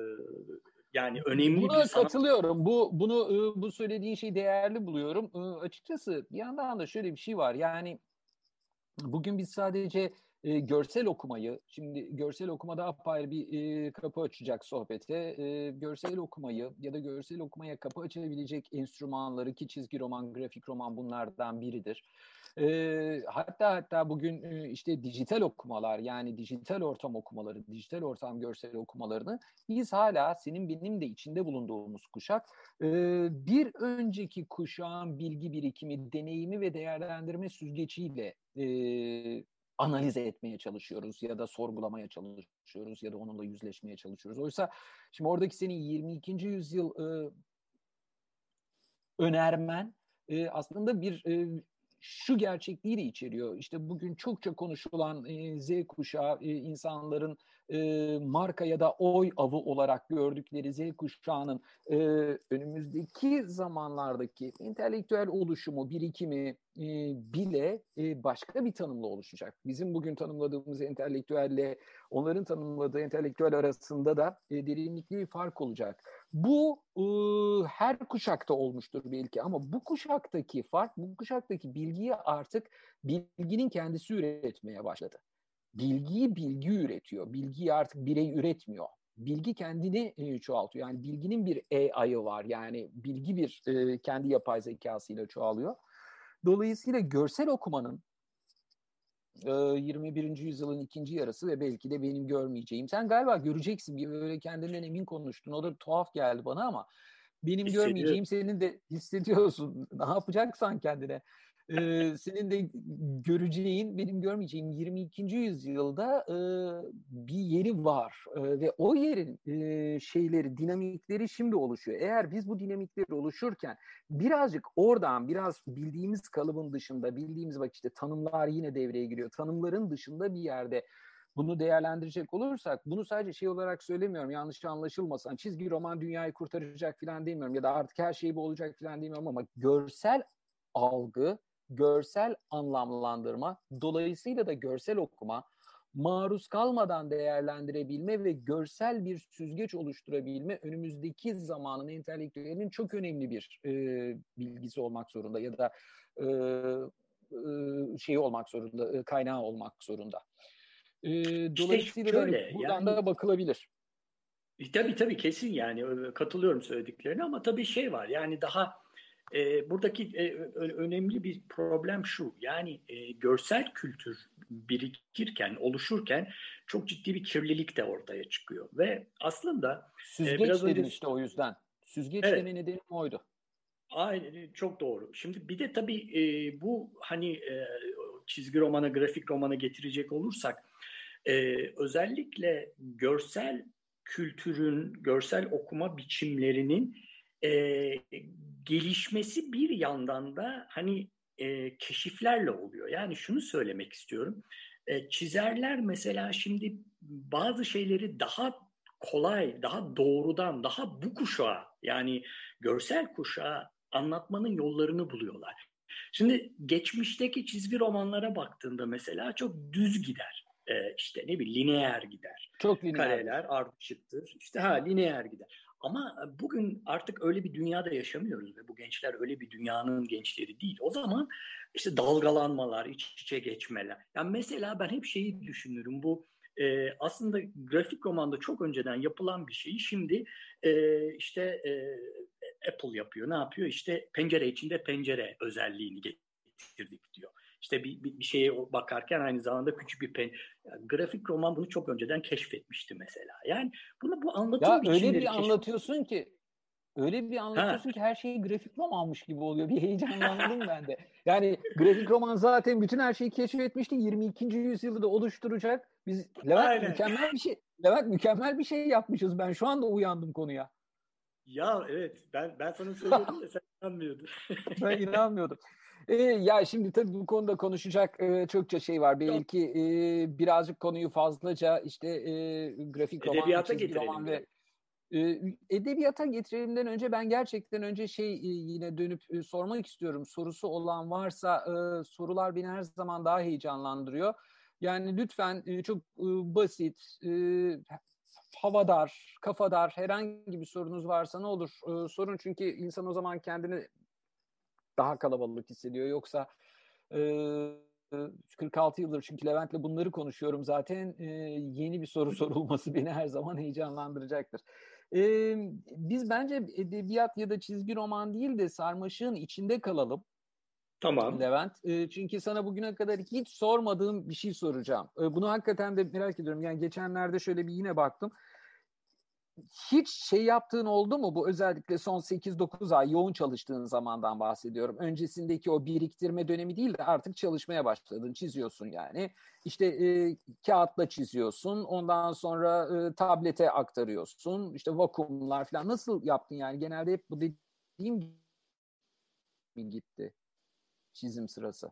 yani önemli Buna bir sanat... katılıyorum. Bu bunu bu söylediğin şeyi değerli buluyorum. Açıkçası bir yandan da şöyle bir şey var. Yani bugün biz sadece e, görsel okumayı, şimdi görsel okuma daha apayrı bir e, kapı açacak sohbete. E, görsel okumayı ya da görsel okumaya kapı açabilecek enstrümanları ki çizgi roman, grafik roman bunlardan biridir. E, hatta hatta bugün e, işte dijital okumalar yani dijital ortam okumaları, dijital ortam görsel okumalarını biz hala senin benim de içinde bulunduğumuz kuşak e, bir önceki kuşağın bilgi birikimi, deneyimi ve değerlendirme süzgeciyle e, analiz etmeye çalışıyoruz ya da sorgulamaya çalışıyoruz ya da onunla yüzleşmeye çalışıyoruz. Oysa şimdi oradaki senin yirmi ikinci yüzyıl e, önermen e, aslında bir e, şu gerçekliği de içeriyor. İşte bugün çokça konuşulan e, Z kuşağı e, insanların e, marka ya da oy avı olarak gördükleri Z kuşağının e, önümüzdeki zamanlardaki entelektüel oluşumu, birikimi e, bile e, başka bir tanımla oluşacak. Bizim bugün tanımladığımız entelektüelle onların tanımladığı entelektüel arasında da e, derinlikli bir fark olacak. Bu e, her kuşakta olmuştur belki ama bu kuşaktaki fark, bu kuşaktaki bilgiyi artık bilginin kendisi üretmeye başladı. Bilgiyi bilgi üretiyor. Bilgiyi artık birey üretmiyor. Bilgi kendini e, çoğaltıyor. Yani bilginin bir A I'ı var. Yani bilgi bir e, kendi yapay zekasıyla çoğalıyor. Dolayısıyla görsel okumanın yirmi birinci yüzyılın ikinci yarısı ve belki de benim görmeyeceğim. Sen galiba göreceksin gibi böyle kendinden emin konuştun. O da tuhaf geldi bana ama benim görmeyeceğim senin de hissediyorsun. Ne yapacaksan kendine. Ee, senin de göreceğin, benim görmeyeceğim yirmi ikinci yüzyılda e, bir yeri var. E, ve o yerin e, şeyleri, dinamikleri şimdi oluşuyor. Eğer biz bu dinamikleri oluşurken birazcık oradan, biraz bildiğimiz kalıbın dışında, bildiğimiz bak işte tanımlar yine devreye giriyor. Tanımların dışında bir yerde bunu değerlendirecek olursak, bunu sadece şey olarak söylemiyorum, yanlış anlaşılmasın. Çizgi roman dünyayı kurtaracak falan demiyorum ya da artık her şey bu olacak falan demiyorum ama görsel algı, görsel anlamlandırma, dolayısıyla da görsel okuma, maruz kalmadan değerlendirebilme ve görsel bir süzgeç oluşturabilme önümüzdeki zamanın entelektüelinin çok önemli bir e, bilgisi olmak zorunda ya da e, e, şeyi olmak zorunda, e, kaynağı olmak zorunda. E, İşte dolayısıyla da hani şöyle buradan yani da bakılabilir. e, tabii tabii kesin yani e, katılıyorum söylediklerine ama tabii şey var yani daha e, buradaki e, önemli bir problem şu yani e, görsel kültür birikirken oluşurken çok ciddi bir kirlilik de ortaya çıkıyor ve aslında e, biraz Süzgeç önce dedim işte o yüzden. Süzgeç deme evet. nedenim oydu. Aynen çok doğru. Şimdi bir de tabii e, bu hani e, çizgi romana, grafik romana getirecek olursak e, özellikle görsel kültürün, görsel okuma biçimlerinin e, gelişmesi bir yandan da hani e, keşiflerle oluyor. Yani şunu söylemek istiyorum. E, çizerler mesela şimdi bazı şeyleri daha kolay, daha doğrudan, daha bu kuşağa yani görsel kuşağa anlatmanın yollarını buluyorlar. Şimdi geçmişteki çizgi romanlara baktığında mesela çok düz gider. Ee, işte ne bileyim lineer gider. Çok lineerdir. Kareler ardışıktır. İşte ha lineer gider. Ama bugün artık öyle bir dünyada yaşamıyoruz ve bu gençler öyle bir dünyanın gençleri değil. O zaman işte dalgalanmalar, iç içe geçmeler. Yani mesela ben hep şeyi düşünürüm. Bu e, aslında grafik romanda çok önceden yapılan bir şeyi şimdi e, işte e, Apple yapıyor. Ne yapıyor? İşte pencere içinde pencere özelliğini getirdik diyor. İşte bir, bir, bir şeye bakarken aynı zamanda küçük bir pen... Yani grafik roman bunu çok önceden keşfetmişti mesela. Yani bunu bu anlatım Ya öyle biçimleri bir keşf... anlatıyorsun ki öyle bir Ha, anlatıyorsun ki her şeyi grafik romanmış gibi oluyor. Bir heyecanlandım ben de. Yani grafik roman zaten bütün her şeyi keşfetmişti. yirmi ikinci yüzyılda da oluşturacak. Biz Levent aynen. mükemmel bir şey. Levent mükemmel bir şey yapmışız. Ben şu anda uyandım konuya. Ya evet ben ben sana söylüyordum da sen inanmıyordun. Ben inanmıyordum. Ee, ya şimdi tabii bu konuda konuşacak e, çokça şey var. Çok Belki e, birazcık konuyu fazlaca işte e, grafik roman, edebiyata çizgi roman getirelim ve biraz. e, edebiyata getirelimden önce ben gerçekten önce şey e, yine dönüp e, sormak istiyorum. Sorusu olan varsa e, sorular beni her zaman daha heyecanlandırıyor. Yani lütfen e, çok e, basit, e, havadar, kafadar herhangi bir sorunuz varsa ne olur e, sorun. Çünkü insan o zaman kendini daha kalabalık hissediyor. Yoksa e, kırk altı yıldır çünkü Levent'le bunları konuşuyorum zaten. E, yeni bir soru sorulması beni her zaman heyecanlandıracaktır. E, biz bence edebiyat ya da çizgi roman değil de sarmaşığın içinde kalalım Tamam. Levent. E, çünkü sana bugüne kadar hiç sormadığım bir şey soracağım. E, bunu hakikaten de merak ediyorum. Yani geçenlerde şöyle bir yine baktım. Hiç şey yaptığın oldu mu? Bu özellikle son sekiz dokuz ay yoğun çalıştığın zamandan bahsediyorum. Öncesindeki o biriktirme dönemi değil de artık çalışmaya başladın, çiziyorsun yani. İşte e, kağıtla çiziyorsun, ondan sonra e, tablete aktarıyorsun, işte vakumlar falan. Nasıl yaptın yani? Genelde hep bu dediğim gibi gitti çizim sırası.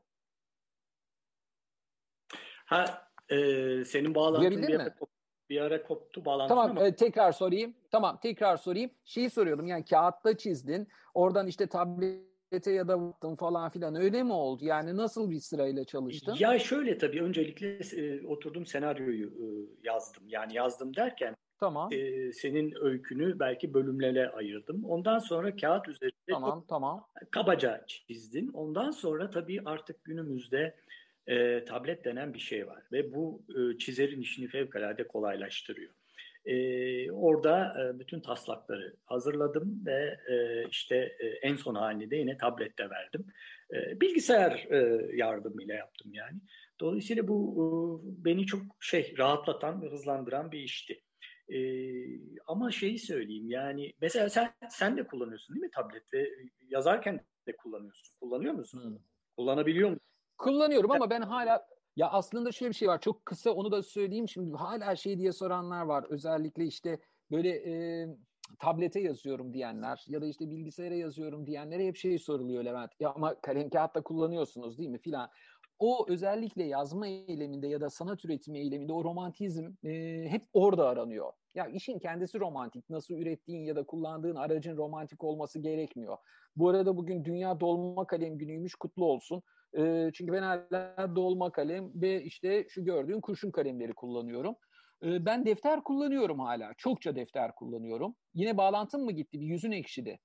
Ha e, senin bağlantın Duyabildin bir ara mi? koptu, bir ara koptu bağlantın Tamam, ama e, tekrar sorayım. Tamam, tekrar sorayım. Şeyi soruyordum. Yani kağıtta çizdin. Oradan işte tablete ya da attın falan filan. Öyle mi oldu? Yani nasıl bir sırayla çalıştın? ya şöyle tabii öncelikle e, oturdum senaryoyu e, yazdım. Yani yazdım derken Tamam, e, senin öykünü belki bölümlere ayırdım. Ondan sonra kağıt üzerinde çok tamam, tamam. kabaca çizdim. Ondan sonra tabii artık günümüzde e, tablet denen bir şey var ve bu e, çizerin işini fevkalade kolaylaştırıyor. E, orada e, bütün taslakları hazırladım ve e, işte e, en son halini de yine tablette verdim. E, bilgisayar e, yardımıyla yaptım yani. Dolayısıyla bu e, beni çok şey rahatlatan ve hızlandıran bir işti. E, ama şeyi söyleyeyim yani mesela sen sen de kullanıyorsun değil mi tablet ve yazarken de kullanıyorsun. Kullanıyor musun? Hmm. Kullanabiliyor musun? Kullanıyorum ama ben hala, ya aslında şöyle bir şey var. Çok kısa onu da söyleyeyim. Şimdi hala şey diye soranlar var. Özellikle işte böyle e, tablete yazıyorum diyenler ya da işte bilgisayara yazıyorum diyenlere hep şey soruluyor Levent. Ya ama kalem kağıt da kullanıyorsunuz değil mi filan. O özellikle yazma eyleminde ya da sanat üretimi eyleminde o romantizm e, hep orada aranıyor. Ya işin kendisi romantik. Nasıl ürettiğin ya da kullandığın aracın romantik olması gerekmiyor. Bu arada bugün Dünya Dolma Kalem Günü'ymüş, kutlu olsun. E, çünkü ben hala dolma kalem ve işte şu gördüğün kurşun kalemleri kullanıyorum. E, ben defter kullanıyorum hala. Çokça defter kullanıyorum. Yine bağlantım mı gitti? Bir yüzün ekşidi.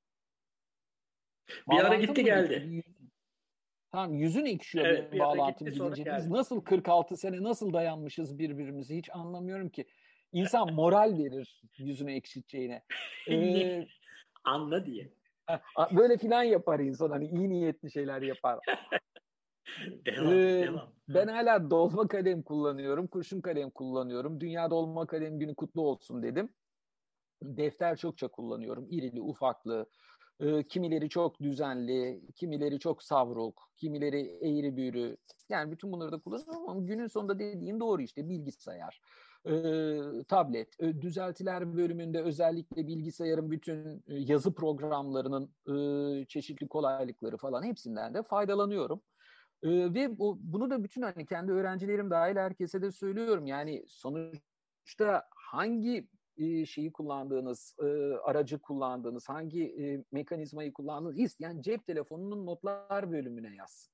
Bir ara Bağlantım gitti mı gitti? geldi. Bir yüzün... Tamam, yüzün ekşiyor Evet, benim bir ara bağlantım gitti sonra gidince. Biz geldi. nasıl kırk altı sene nasıl dayanmışız birbirimize hiç anlamıyorum ki. İnsan moral verir yüzünü ekşiteceğine. Ee, Anla diye. Böyle filan yapar insan, hani iyi niyetli şeyler yapar. Devam, Ee, devam. Ben hala dolma kalem kullanıyorum, kurşun kalem kullanıyorum. Dünya Dolma Kalem Günü kutlu olsun dedim. Defter çokça kullanıyorum, irili, ufaklı. Ee, kimileri çok düzenli, kimileri çok savruk, kimileri eğri büğrü. Yani bütün bunları da kullanıyorum ama günün sonunda dediğin doğru, işte bilgisayar, e, tablet, e, düzeltiler bölümünde özellikle bilgisayarın bütün e, yazı programlarının e, çeşitli kolaylıkları falan hepsinden de faydalanıyorum. Ee, ve bu, bunu da bütün hani kendi öğrencilerim dahil herkese de söylüyorum. Yani sonuçta hangi e, şeyi kullandığınız, e, aracı kullandığınız, hangi e, mekanizmayı kullandığınız isteyen cep telefonunun notlar bölümüne yazsın.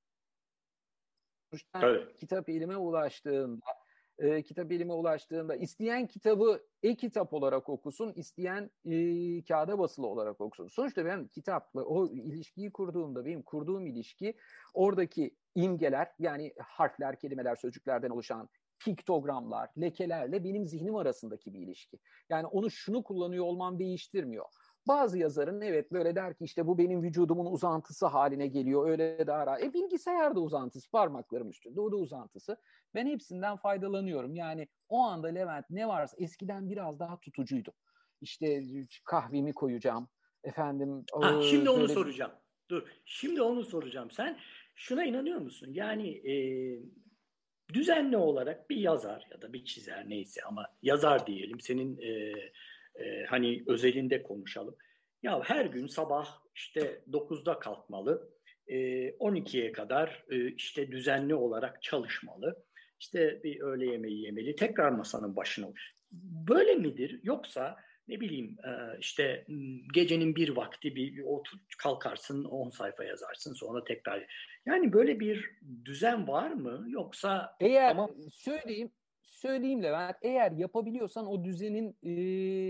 Sonuçta Tabii. kitap elime ulaştığında, e, kitap elime ulaştığında isteyen kitabı e-kitap olarak okusun, isteyen e, kağıda basılı olarak okusun. Sonuçta ben kitapla o ilişkiyi kurduğumda, benim kurduğum ilişki oradaki imgeler, yani harfler, kelimeler, sözcüklerden oluşan piktogramlar, lekelerle benim zihnim arasındaki bir ilişki. Yani onu şunu kullanıyor olmam değiştirmiyor. Bazı yazarın evet böyle der ki işte bu benim vücudumun uzantısı haline geliyor. Öyle daha rahat. E bilgisayar da uzantısı, parmaklarım üstünde o da uzantısı. Ben hepsinden faydalanıyorum. Yani o anda Levent ne varsa, eskiden biraz daha tutucuydu. İşte kahvemi koyacağım. Efendim Ha, şimdi onu böyle... soracağım. Dur, şimdi onu soracağım. Sen şuna inanıyor musun? Yani e, düzenli olarak bir yazar ya da bir çizer neyse ama yazar diyelim. Senin e, e, hani özelinde konuşalım. Ya her gün sabah işte dokuzda kalkmalı. E, on ikiye kadar e, işte düzenli olarak çalışmalı. İşte bir öğle yemeği yemeli. Tekrar masanın başına. Böyle midir? Yoksa ne bileyim e, işte gecenin bir vakti bir, bir otur kalkarsın on sayfa yazarsın sonra tekrar. Yani böyle bir düzen var mı? Yoksa Eğer tamam. söyleyeyim, söyleyeyim Levent, eğer yapabiliyorsan o düzenin e,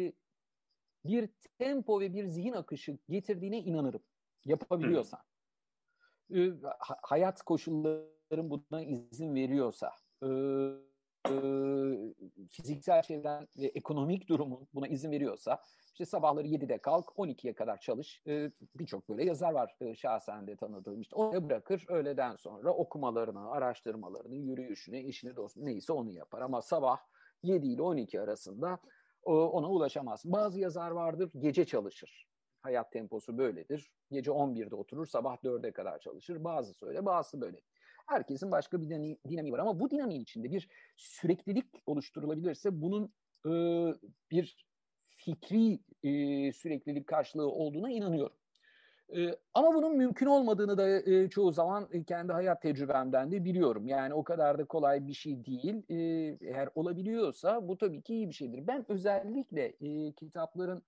bir tempo ve bir zihin akışı getirdiğine inanırım. Hı, Yapabiliyorsan. E, hayat koşulların buna izin veriyorsa, e, e, fiziksel çevren ve ekonomik durumun buna izin veriyorsa, işte sabahları yedide kalk, on ikiye kadar çalış. E, birçok böyle yazar var e, şahsen de tanıdığım. İşte onu bırakır, öğleden sonra okumalarını, araştırmalarını, yürüyüşünü, işini, dostunu neyse onu yapar. Ama sabah yedi ile on iki arasında ona ulaşamaz. Bazı yazar vardır, gece çalışır. Hayat temposu böyledir. Gece on birde oturur, sabah dörde kadar çalışır. Bazısı öyle, bazısı böyle. Herkesin başka bir dinamiği var ama bu dinamiğin içinde bir süreklilik oluşturulabilirse bunun e, bir fikri e, süreklilik karşılığı olduğuna inanıyorum. E, ama bunun mümkün olmadığını da e, çoğu zaman e, kendi hayat tecrübemden de biliyorum. Yani o kadar da kolay bir şey değil. E, eğer olabiliyorsa bu tabii ki iyi bir şeydir. Ben özellikle e, kitapların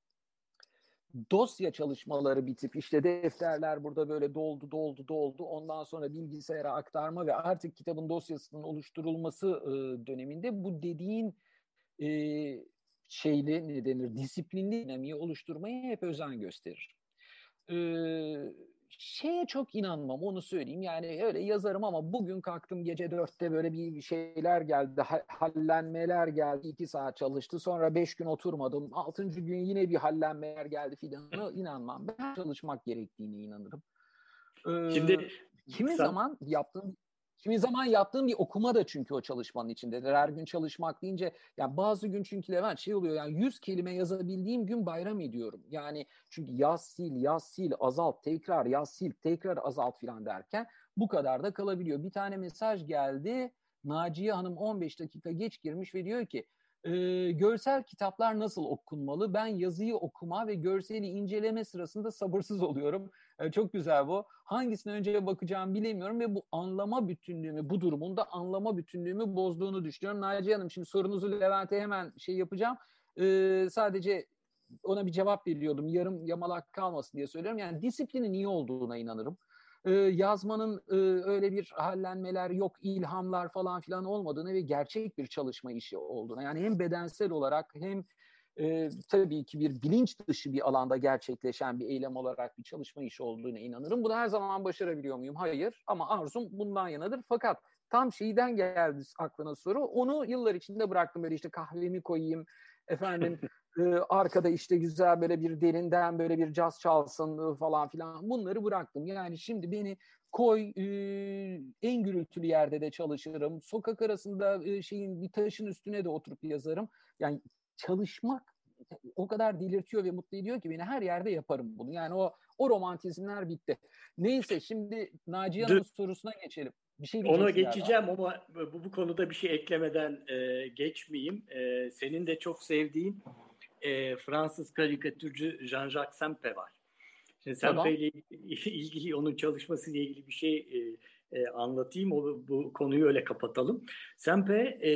dosya çalışmaları bitip işte defterler burada böyle doldu doldu doldu, ondan sonra bilgisayara aktarma ve artık kitabın dosyasının oluşturulması e, döneminde bu dediğin e, şeyli ne denir, disiplinli dinamiği oluşturmaya hep özen gösterir. E, Şeye çok inanmam, onu söyleyeyim. Yani öyle yazarım ama bugün kalktım gece dörtte böyle bir şeyler geldi, hallenmeler geldi, iki saat çalıştı, sonra beş gün oturmadım, altıncı gün yine bir hallenmeler geldi filanına inanmam. Ben çalışmak gerektiğine inanırım. Ee, Şimdi Kimi sen zaman yaptığım Kimi zaman yaptığım bir okuma da çünkü o çalışmanın içindedir. Her gün çalışmak deyince yani bazı gün çünkü Levent şey oluyor yani yüz kelime yazabildiğim gün bayram ediyorum. Yani çünkü yaz sil, yaz sil, azalt, tekrar yaz sil, tekrar azalt filan derken bu kadar da kalabiliyor. Bir tane mesaj geldi. Naciye Hanım on beş dakika geç girmiş ve diyor ki e, görsel kitaplar nasıl okunmalı? Ben yazıyı okuma ve görseli inceleme sırasında sabırsız oluyorum. E, çok güzel bu. Hangisine önce bakacağımı bilemiyorum ve bu anlama bütünlüğümü, bu durumun da anlama bütünlüğümü bozduğunu düşünüyorum. Naciye Hanım şimdi sorunuzu Levent'e hemen şey yapacağım. E, sadece ona bir cevap veriyordum. Yarım yamalak kalmasın diye söylüyorum. Yani disiplinin iyi olduğuna inanırım. Ee, yazmanın e, öyle bir hallenmeler yok, ilhamlar falan filan olmadığını ve gerçek bir çalışma işi olduğuna. Yani hem bedensel olarak hem e, tabii ki bir bilinç dışı bir alanda gerçekleşen bir eylem olarak bir çalışma işi olduğuna inanırım. Bunu her zaman başarabiliyor muyum? Hayır. Ama arzum bundan yanadır. Fakat tam şeyden geldi aklına soru. Onu yıllar içinde bıraktım. Böyle işte kahvemi koyayım, efendim Ee, arkada işte güzel böyle bir derinden böyle bir caz çalsın falan filan bunları bıraktım. Yani şimdi beni koy e, en gürültülü yerde de çalışırım. Sokak arasında e, şeyin bir taşın üstüne de oturup yazarım. Yani çalışmak o kadar delirtiyor ve mutlu ediyor ki beni her yerde yaparım bunu. Yani o o romantizmler bitti. Neyse şimdi Naciye Hanım'ın sorusuna geçelim. Bir şey Ona diyeceksin geçeceğim galiba. ama bu, bu konuda bir şey eklemeden e, geçmeyeyim. E, senin de çok sevdiğin e, Fransız karikatürcü Jean-Jacques Sempe var. Şimdi Sempe Tamam. ile ilgili, onun çalışmasıyla ilgili bir şey e, e, anlatayım. O, bu konuyu öyle kapatalım. Sempe e,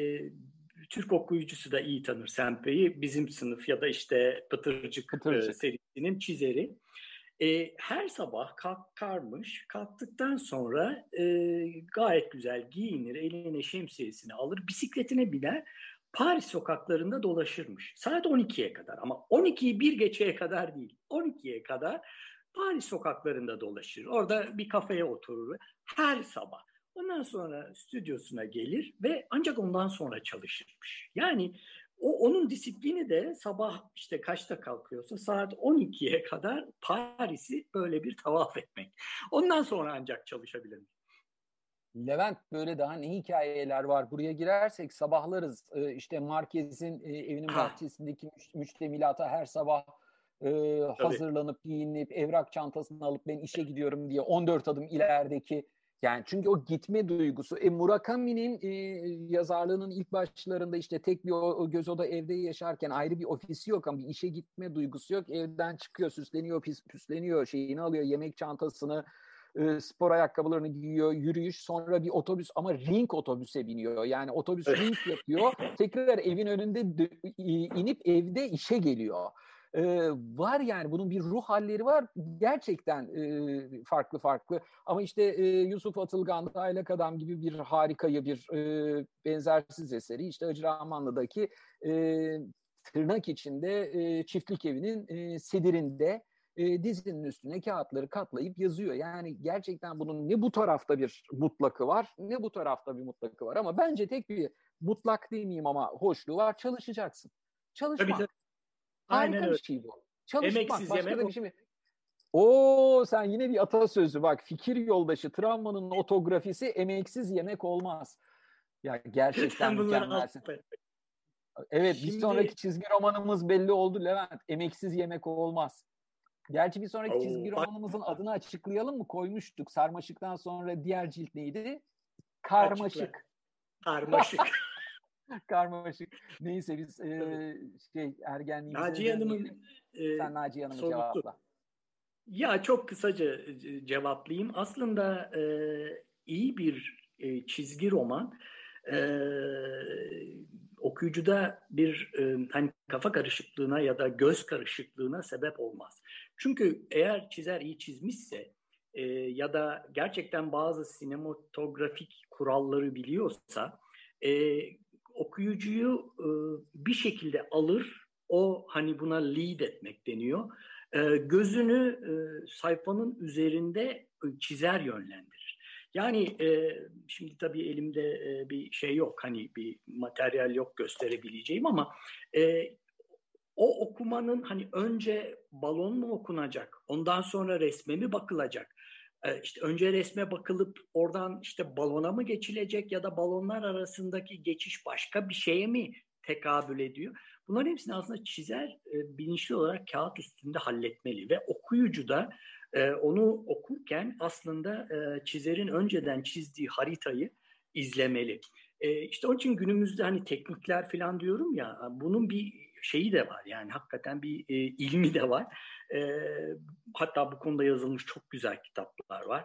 Türk okuyucusu da iyi tanır Sempe'yi. Bizim sınıf ya da işte Pıtırcık e, Pıtırcık. serisinin çizeri. E, her sabah kalkarmış, kalktıktan sonra e, gayet güzel giyinir, eline şemsiyesini alır, bisikletine biner, Paris sokaklarında dolaşırmış. Saat on ikiye kadar ama on ikiyi bir geçeye kadar değil, on ikiye kadar Paris sokaklarında dolaşır. Orada bir kafeye oturur her sabah. Ondan sonra stüdyosuna gelir ve ancak ondan sonra çalışırmış. Yani o onun disiplini de sabah işte kaçta kalkıyorsa saat on ikiye kadar Paris'i böyle bir tavaf etmek. Ondan sonra ancak çalışabilirim. Levent böyle daha ne hikayeler var. Buraya girersek sabahlarız. Ee, işte Marquez'in e, evinin Ha, bahçesindeki müş- müştemilata her sabah e, tabii. hazırlanıp giyinip evrak çantasını alıp ben işe gidiyorum diye on dört adım ilerideki yani çünkü o gitme duygusu. E, Murakami'nin e, yazarlığının ilk başlarında işte tek bir o, o göz oda evde yaşarken ayrı bir ofisi yok ama bir işe gitme duygusu yok. Evden çıkıyor, süsleniyor, pis, püsleniyor, şeyini alıyor, yemek çantasını e, spor ayakkabılarını giyiyor, yürüyüş, sonra bir otobüs ama ring otobüse biniyor. Yani otobüs ring yapıyor, tekrar evin önünde inip evde işe geliyor. Ee, var yani bunun bir ruh halleri var gerçekten e, farklı farklı ama işte e, Yusuf Atılgan'da Aylak Adam gibi bir harikayı bir e, benzersiz eseri işte Hacı Rahmanlı'daki e, tırnak içinde e, çiftlik evinin e, sedirinde e, dizinin üstüne kağıtları katlayıp yazıyor. Yani gerçekten bunun ne bu tarafta bir mutlakı var ne bu tarafta bir mutlakı var ama bence tek bir mutlak demeyeyim ama hoşluğu var çalışacaksın. Tabii tabii. Çalışmak. Aynen Harika bir öyle. şey bu. Çalışmak. Emeksiz Başka yemek. da bir şey mi? Oo sen yine bir atasözü bak. Fikir yoldaşı travmanın otografisi emeksiz yemek olmaz. Ya gerçekten Sen bunları mükemmelsin. altta. Evet bir Şimdi sonraki çizgi romanımız belli oldu Levent. Emeksiz yemek olmaz. Gerçi bir sonraki çizgi Oo, bak romanımızın adını açıklayalım mı? Koymuştuk. Sarmaşık'tan sonra diğer cilt neydi? açıkla. Karmaşık. Karmaşık. Karmaşık. Neyse biz e, Tabii. şey ergenliğimize Naciye dönmeyelim. Hanım'ın e, Sen Naciye Hanım'ı sorusu. cevapla. Ya çok kısaca e, cevaplayayım. Aslında e, iyi bir e, çizgi roman e, okuyucuda bir e, hani kafa karışıklığına ya da göz karışıklığına sebep olmaz. Çünkü eğer çizer iyi çizmişse e, ya da gerçekten bazı sinematografik kuralları biliyorsa e, okuyucuyu e, bir şekilde alır. O hani buna lead etmek deniyor. E, gözünü e, sayfanın üzerinde e, çizer yönlendirir. Yani e, şimdi tabii elimde e, bir şey yok, hani bir materyal yok gösterebileceğim ama e, o okumanın hani önce balon mu okunacak, ondan sonra resme mi bakılacak, işte önce resme bakılıp oradan işte balona mı geçilecek ya da balonlar arasındaki geçiş başka bir şeye mi tekabül ediyor? Bunların hepsini aslında çizer e, bilinçli olarak kağıt üstünde halletmeli ve okuyucu da e, onu okurken aslında e, çizerin önceden çizdiği haritayı izlemeli. E, işte onun için günümüzde hani teknikler falan diyorum ya, bunun bir şeyi de var, yani hakikaten bir e, ilmi de var. E, hatta bu konuda yazılmış çok güzel kitaplar var.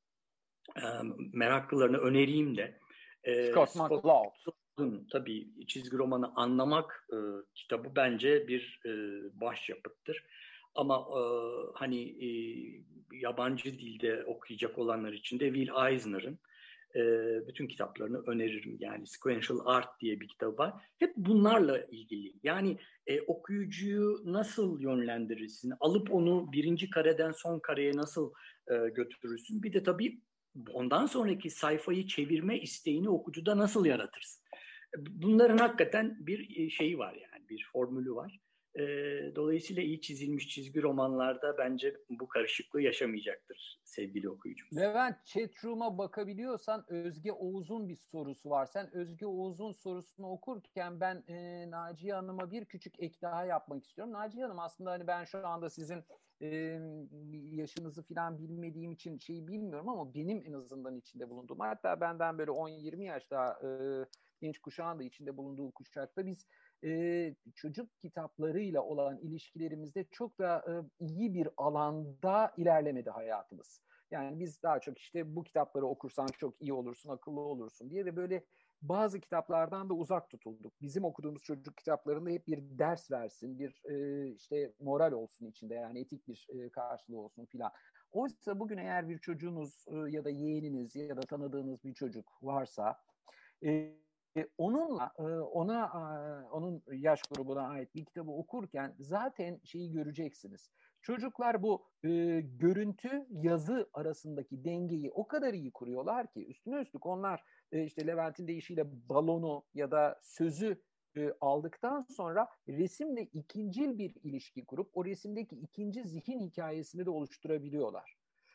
E, meraklılarını önereyim de. E, Scott Scott McCloud. Tabii çizgi romanı anlamak e, kitabı bence bir e, başyapıttır. Ama e, hani e, yabancı dilde okuyacak olanlar için de Will Eisner'ın e, bütün kitaplarını öneririm. Yani Sequential Art diye bir kitabı var. Hep bunlarla ilgili. Yani e, okuyucuyu nasıl yönlendirirsin? Alıp onu birinci kareden son kareye nasıl e, götürürsün? Bir de tabii ondan sonraki sayfayı çevirme isteğini okuyucuda nasıl yaratırsın? Bunların hakikaten bir şeyi var, yani bir formülü var. Dolayısıyla iyi çizilmiş çizgi romanlarda bence bu karışıklığı yaşamayacaktır sevgili okuyucumuz. Levent, chatroom'a bakabiliyorsan Özge Oğuz'un bir sorusu var. Sen Özge Oğuz'un sorusunu okurken ben e, Naciye Hanım'a bir küçük ek daha yapmak istiyorum. Naciye Hanım, aslında hani ben şu anda sizin e, yaşınızı falan bilmediğim için şeyi bilmiyorum ama benim en azından içinde bulunduğum, hatta benden böyle on yirmi yaş daha e, genç kuşağın da içinde bulunduğu kuşakta biz e, çocuk kitaplarıyla olan ilişkilerimizde çok da e, iyi bir alanda ilerlemedi hayatımız. Yani biz daha çok işte bu kitapları okursan çok iyi olursun, akıllı olursun diye ve böyle bazı kitaplardan da uzak tutulduk. Bizim okuduğumuz çocuk kitaplarında hep bir ders versin, bir e, işte moral olsun içinde, yani etik bir e, karşılığı olsun filan. Oysa bugün eğer bir çocuğunuz e, ya da yeğeniniz ya da tanıdığınız bir çocuk varsa e, onunla ona onun yaş grubuna ait bir kitabı okurken zaten şeyi göreceksiniz. Çocuklar bu e, görüntü yazı arasındaki dengeyi o kadar iyi kuruyorlar ki üstüne üstlük onlar e, işte Levent'in deyişiyle balonu ya da sözü e, aldıktan sonra resimle ikincil bir ilişki kurup o resimdeki ikinci zihin hikayesini de oluşturabiliyorlar.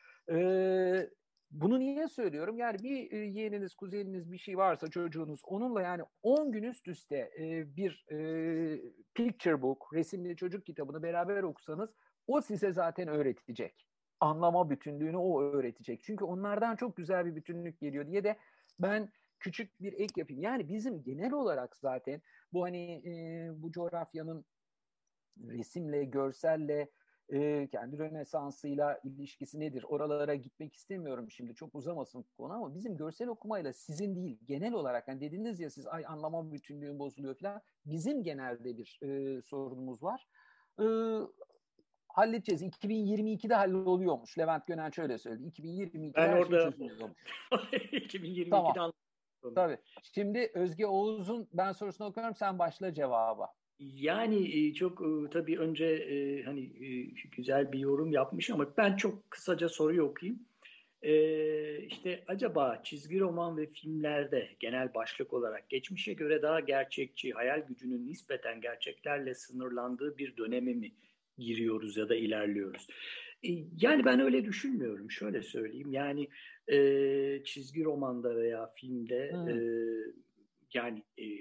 Ee, Bunu niye söylüyorum? Yani bir e, yeğeniniz, kuzeniniz bir şey varsa çocuğunuz, onunla yani on gün üst üste e, bir e, picture book, resimli çocuk kitabını beraber okusanız o size zaten öğretecek. Anlama bütünlüğünü o öğretecek. Çünkü onlardan çok güzel bir bütünlük geliyor diye de ben küçük bir ek yapayım. Yani bizim genel olarak zaten bu hani e, bu coğrafyanın resimle, görselle, e, kendi Rönesans'ıyla ilişkisi nedir? Oralara gitmek istemiyorum şimdi, çok uzamasın konu, ama bizim görsel okumayla sizin değil, genel olarak yani dediniz ya siz, ay anlama bütünlüğün bozuluyor falan. Bizim genelde bir e, sorunumuz var. E, halledeceğiz. iki bin yirmi ikide halloluyormuş. Levent Gönel şöyle söyledi. iki bin yirmi ikide Ben her şey orada çözülüyormuş. iki bin yirmi ikide Tamam. anladım. Tabii. Şimdi Özge Oğuz'un ben sorusunu okuyorum. Sen başla cevaba. Yani çok tabii önce hani güzel bir yorum yapmış ama ben çok kısaca soruyu okuyayım. İşte acaba çizgi roman ve filmlerde genel başlık olarak geçmişe göre daha gerçekçi, hayal gücünün nispeten gerçeklerle sınırlandığı bir döneme mi giriyoruz ya da ilerliyoruz? Yani ben öyle düşünmüyorum. Şöyle söyleyeyim. Yani çizgi romanda veya filmde Hmm. yani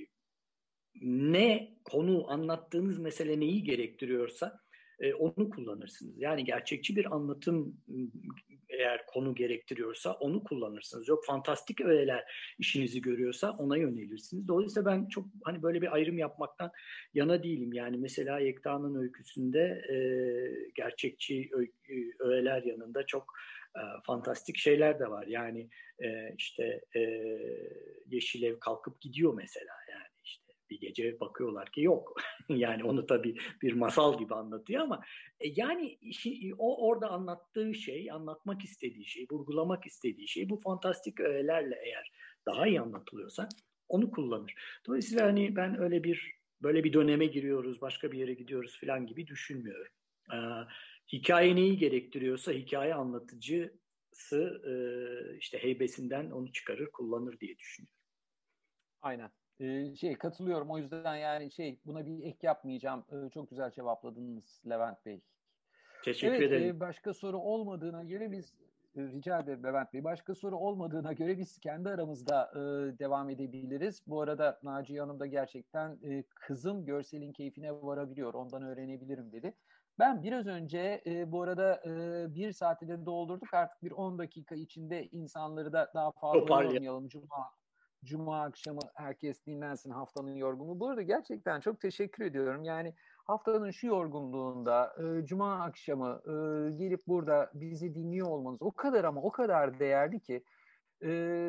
ne konu, anlattığınız mesele neyi gerektiriyorsa e, onu kullanırsınız. Yani gerçekçi bir anlatım eğer konu gerektiriyorsa onu kullanırsınız. Yok fantastik öğeler işinizi görüyorsa ona yönelirsiniz. Dolayısıyla ben çok hani böyle bir ayrım yapmaktan yana değilim. Yani mesela Yekta'nın öyküsünde e, gerçekçi öy- öğeler yanında çok e, fantastik şeyler de var. Yani e, işte e, Yeşil Ev kalkıp gidiyor mesela, yani işte bir gece bakıyorlar ki yok. Yani onu tabii bir masal gibi anlatıyor ama e, yani işi, o orada anlattığı şey, anlatmak istediği şey, vurgulamak istediği şey bu fantastik öğelerle eğer daha iyi anlatılıyorsa onu kullanır. Dolayısıyla hani ben öyle bir böyle bir döneme giriyoruz, başka bir yere gidiyoruz falan gibi düşünmüyorum. Ee, hikaye neyi gerektiriyorsa hikaye anlatıcısı e, işte heybesinden onu çıkarır, kullanır diye düşünüyorum. Aynen. Ee, şey katılıyorum, o yüzden yani şey buna bir ek yapmayacağım. Ee, çok güzel cevapladınız Levent Bey. Teşekkür Evet, ederim. e, başka soru olmadığına göre biz Rica ederim Levent Bey. Başka soru olmadığına göre biz kendi aramızda e, devam edebiliriz. Bu arada Naciye Hanım da gerçekten e, kızım görselin keyfine varabiliyor, ondan öğrenebilirim dedi. Ben biraz önce e, bu arada e, bir saati de doldurduk. Artık bir on dakika içinde insanları da daha fazla yormayalım. Cuma, Cuma akşamı herkes dinlensin, haftanın yorgunluğu. Bu arada gerçekten çok teşekkür ediyorum. Yani haftanın şu yorgunluğunda e, Cuma akşamı e, gelip burada bizi dinliyor olmanız o kadar ama o kadar değerli ki e,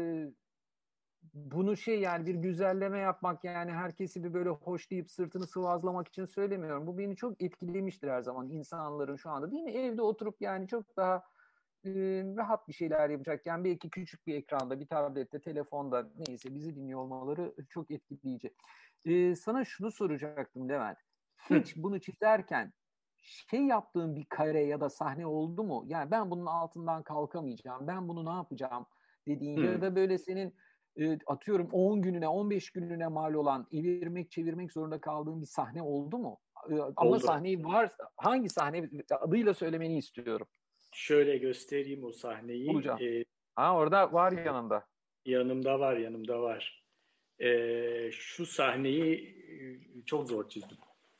bunu şey yani bir güzelleme yapmak yani herkesi bir böyle hoşlayıp sırtını sıvazlamak için söylemiyorum. Bu beni çok etkilemiştir her zaman insanların şu anda değil mi? Evde oturup yani çok daha e, rahat bir şeyler yapacakken belki küçük bir ekranda, bir tablette, telefonda neyse bizi dinliyor olmaları çok etkileyici. E, sana şunu soracaktım Levent. Hiç bunu çizerken şey yaptığın bir kare ya da sahne oldu mu? Yani ben bunun altından kalkamayacağım, ben bunu ne yapacağım dediğin Hı. ya da böyle senin e, atıyorum on gününe, on beş gününe mal olan evirmek, çevirmek zorunda kaldığın bir sahne oldu mu? E, ama Oldu. sahneyi var, hangi sahne adıyla söylemeni istiyorum. Şöyle göstereyim o sahneyi. Bulacağım. Ee, ha orada var yanında. Yanımda var, yanımda var. Ee, şu sahneyi çok zor çizdim.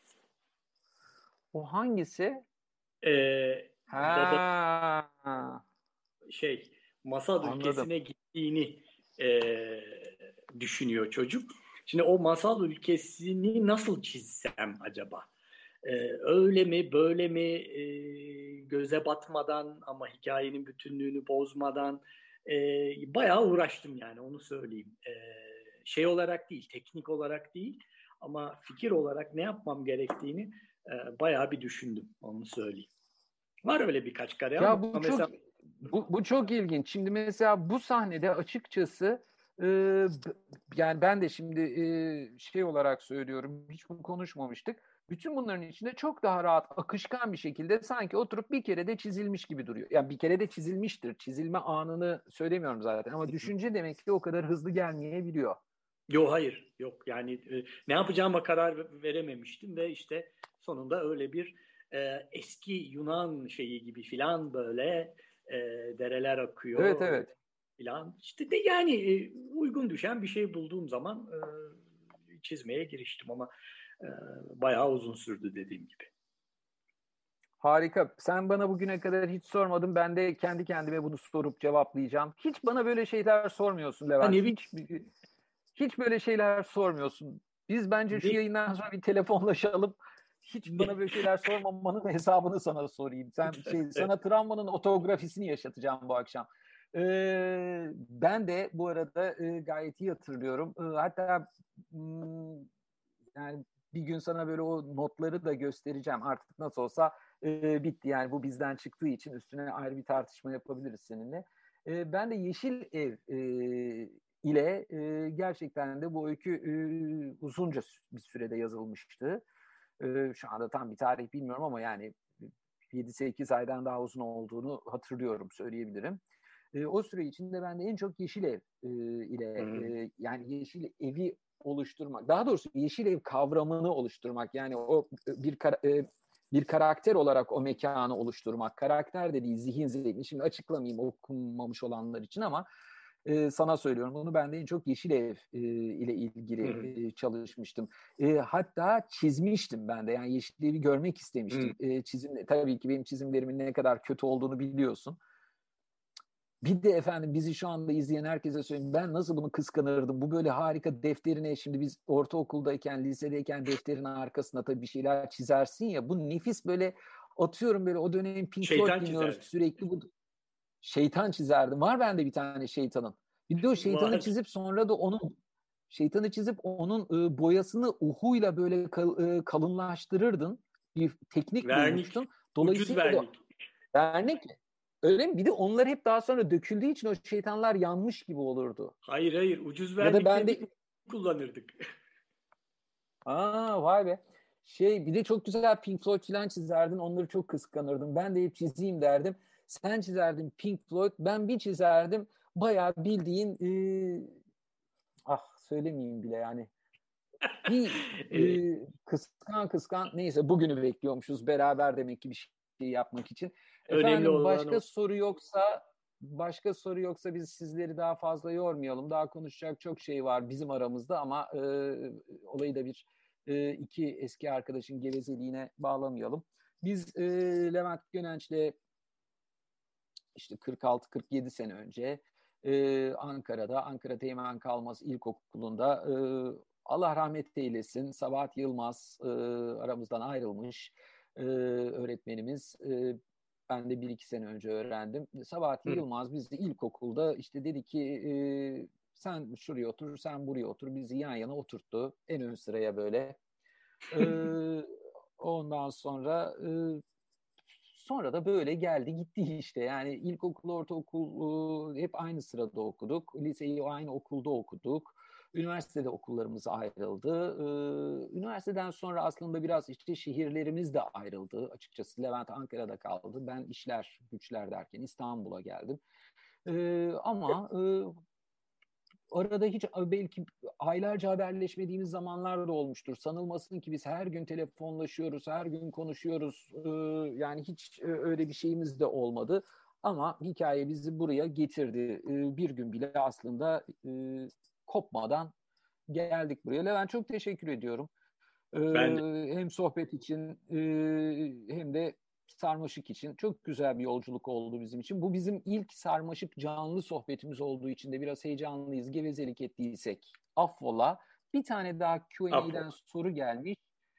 O hangisi? Ee, ha. Baba şey masal Anladım. ülkesine gittiğini e, düşünüyor çocuk. Şimdi o masal ülkesini nasıl çizsem acaba? Ee, öyle mi, böyle mi, e, göze batmadan ama hikayenin bütünlüğünü bozmadan e, bayağı uğraştım yani onu söyleyeyim. E, şey olarak değil, teknik olarak değil ama fikir olarak ne yapmam gerektiğini e, bayağı bir düşündüm, onu söyleyeyim. Var öyle birkaç kare ya ama bu mesela... çok bu, bu çok ilginç. Şimdi mesela bu sahnede açıkçası e, yani ben de şimdi e, şey olarak söylüyorum, hiç bunu konuşmamıştık. Bütün bunların içinde çok daha rahat, akışkan bir şekilde sanki oturup bir kere de çizilmiş gibi duruyor. Yani bir kere de çizilmiştir. Çizilme anını söylemiyorum zaten ama düşünce demek ki o kadar hızlı gelmeyebiliyor. Yok hayır yok yani e, ne yapacağıma karar verememiştim ve işte sonunda öyle bir e, eski Yunan şeyi gibi filan böyle e, dereler akıyor Evet evet. filan işte de yani e, uygun düşen bir şey bulduğum zaman e, çizmeye giriştim ama e, bayağı uzun sürdü dediğim gibi. Harika. Sen bana bugüne kadar hiç sormadın. Ben de kendi kendime bunu sorup cevaplayacağım. Hiç bana böyle şeyler sormuyorsun Levent. Hani Hiç hiç böyle şeyler sormuyorsun. Biz bence şu ne, yayından sonra bir telefonlaşalım. Hiç ne, bana böyle şeyler sormamanın hesabını sana sorayım. Sen şey sana travmanın otografisini yaşatacağım bu akşam. Ee, ben de bu arada e, gayet iyi hatırlıyorum. E, hatta m, yani bir gün sana böyle o notları da göstereceğim. Artık nasıl olsa e, bitti yani bu bizden çıktığı için üstüne ayrı bir tartışma yapabiliriz seninle. E, ben de Yeşil Ev e, ile e, gerçekten de bu öykü e, uzunca bir sürede yazılmıştı. E, şu anda tam bir tarih bilmiyorum ama yani yedi sekiz aydan daha uzun olduğunu hatırlıyorum, söyleyebilirim. E, o süre içinde ben de en çok Yeşil Ev e, ile e, yani Yeşil Ev'i oluşturmak, daha doğrusu Yeşil Ev kavramını oluşturmak, yani o bir e, bir karakter olarak o mekanı oluşturmak. Karakter de değil, zihin zevkli. Şimdi açıklamayayım okunmamış olanlar için ama e, sana söylüyorum. Bunu ben de en çok Yeşil Ev e, ile ilgili e, çalışmıştım. E, hatta çizmiştim ben de. Yani Yeşil Ev'i görmek istemiştim. E, çizim, tabii ki benim çizimlerimin ne kadar kötü olduğunu biliyorsun. Bir de efendim bizi şu anda izleyen herkese söyleyeyim. Ben nasıl bunu kıskanırdım. Bu böyle harika defterine, şimdi biz ortaokuldayken, lisedeyken defterin arkasına tabii bir şeyler çizersin ya. Bu nefis böyle, atıyorum böyle o dönem Pink Floyd dinliyoruz sürekli. Bu şeytan çizerdim. Var bende bir tane şeytanın. Bir de o şeytanı Var. çizip sonra da onun şeytanı çizip onun e, boyasını uhuyla böyle kal, e, kalınlaştırırdın. Bir teknik Vernik. bulmuştun. Dolayısıyla ucuz vernik. Vernik. Öyle mi? Bir de onlar hep daha sonra döküldüğü için o şeytanlar yanmış gibi olurdu. Hayır hayır. Ucuz vernikleri ben de... kullanırdık. Aa vay be. Şey bir de çok güzel Pink Floyd falan çizerdin. Onları çok kıskanırdım. Ben de hep çizeyim derdim. Sen çizerdin Pink Floyd. Ben bir çizerdim. Bayağı bildiğin e... ah söylemeyeyim bile yani. Bir e, kıskan kıskan neyse bugünü bekliyormuşuz beraber demek ki bir şey yapmak için. Önemli Efendim olan başka o. soru yoksa başka soru yoksa biz sizleri daha fazla yormayalım. Daha konuşacak çok şey var bizim aramızda ama e, olayı da bir e, iki eski arkadaşın gevezeliğine bağlamayalım. Biz e, Levent Gönenç'le işte kırk altı kırk yedi sene önce e, Ankara'da, Ankara Teğmen Kalmaz İlkokulu'nda e, Allah rahmet eylesin Sabahat Yılmaz e, aramızdan ayrılmış e, öğretmenimiz. E, ben de bir iki sene önce öğrendim. Sabahat Yılmaz bizi ilkokulda işte dedi ki e, sen şuraya otur, sen buraya otur. Bizi yan yana oturttu. En ön sıraya böyle. E, ondan sonra e, sonra da böyle geldi gitti işte. Yani ilkokul, ortaokul hep aynı sırada okuduk. Liseyi aynı okulda okuduk. Üniversitede okullarımız ayrıldı. Üniversiteden sonra aslında biraz işte şehirlerimiz de ayrıldı. Açıkçası Levent Ankara'da kaldı. Ben işler, güçler derken İstanbul'a geldim. Ama arada hiç belki aylarca haberleşmediğimiz zamanlar da olmuştur. Sanılmasın ki biz her gün telefonlaşıyoruz, her gün konuşuyoruz. Yani hiç öyle bir şeyimiz de olmadı. Ama hikaye bizi buraya getirdi. Bir gün bile aslında kopmadan geldik buraya. Levent çok teşekkür ediyorum. Ben de. Hem sohbet için hem de Sarmaşık için çok güzel bir yolculuk oldu bizim için. Bu bizim ilk Sarmaşık canlı sohbetimiz olduğu için de biraz heyecanlıyız. Gevezelik ettiysek affola. Bir tane daha Q and A'den soru gelmiş.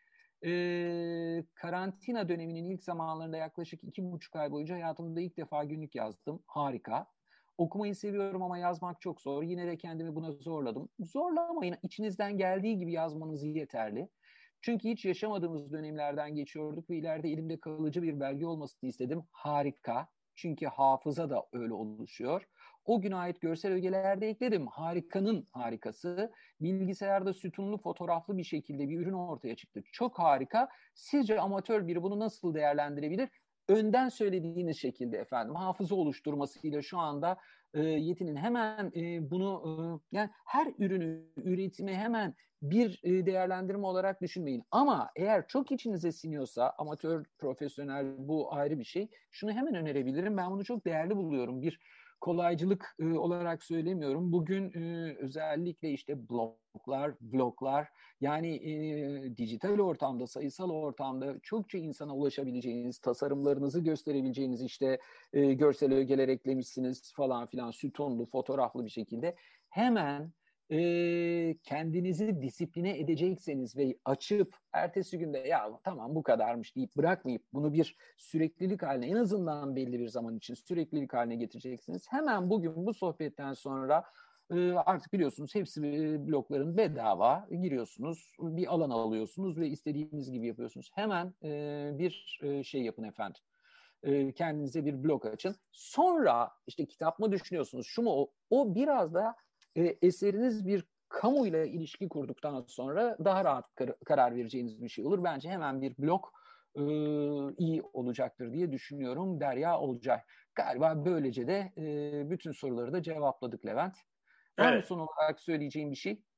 Ee, karantina döneminin ilk zamanlarında yaklaşık iki buçuk ay boyunca hayatımda ilk defa günlük yazdım. Harika. Okumayı seviyorum ama yazmak çok zor. Yine de kendimi buna zorladım. Zorlamayın. İçinizden geldiği gibi yazmanız yeterli. Çünkü hiç yaşamadığımız dönemlerden geçiyorduk ve ileride elimde kalıcı bir belge olmasını istedim. Harika. Çünkü hafıza da öyle oluşuyor. O güne ait görsel ögeler de ekledim. Harikanın harikası. Bilgisayarda sütunlu fotoğraflı bir şekilde bir ürün ortaya çıktı. Çok harika. Sizce amatör biri bunu nasıl değerlendirebilir? Önden söylediğiniz şekilde efendim hafıza oluşturmasıyla şu anda e, yetinin hemen e, bunu e, yani her ürünü üretimi hemen bir e, değerlendirme olarak düşünmeyin. Ama eğer çok içinize siniyorsa amatör, profesyonel bu ayrı bir şey. Şunu hemen önerebilirim. Ben bunu çok değerli buluyorum. Bir kolaycılık e, olarak söylemiyorum. Bugün e, özellikle işte bloglar, vloglar yani e, dijital ortamda, sayısal ortamda çokça insana ulaşabileceğiniz, tasarımlarınızı gösterebileceğiniz işte e, görsel ögeler eklemişsiniz falan filan sütunlu, fotoğraflı bir şekilde hemen e, kendinizi disipline edecekseniz ve açıp ertesi günde ya tamam bu kadarmış deyip bırakmayıp bunu bir süreklilik haline en azından belli bir zaman için süreklilik haline getireceksiniz. Hemen bugün bu sohbetten sonra e, artık biliyorsunuz hepsi e, blokların bedava giriyorsunuz bir alan alıyorsunuz ve istediğiniz gibi yapıyorsunuz. Hemen e, bir e, şey yapın efendim. E, kendinize bir blog açın. Sonra işte kitap mı düşünüyorsunuz şu mu o, o biraz da e, eseriniz bir kamuyla ilişki kurduktan sonra daha rahat kar- karar vereceğiniz bir şey olur. Bence hemen bir blog e, iyi olacaktır diye düşünüyorum. Derya Olcay. Galiba böylece de e, bütün soruları da cevapladık Levent. Var Evet. mı son olarak söyleyeceğim bir şey?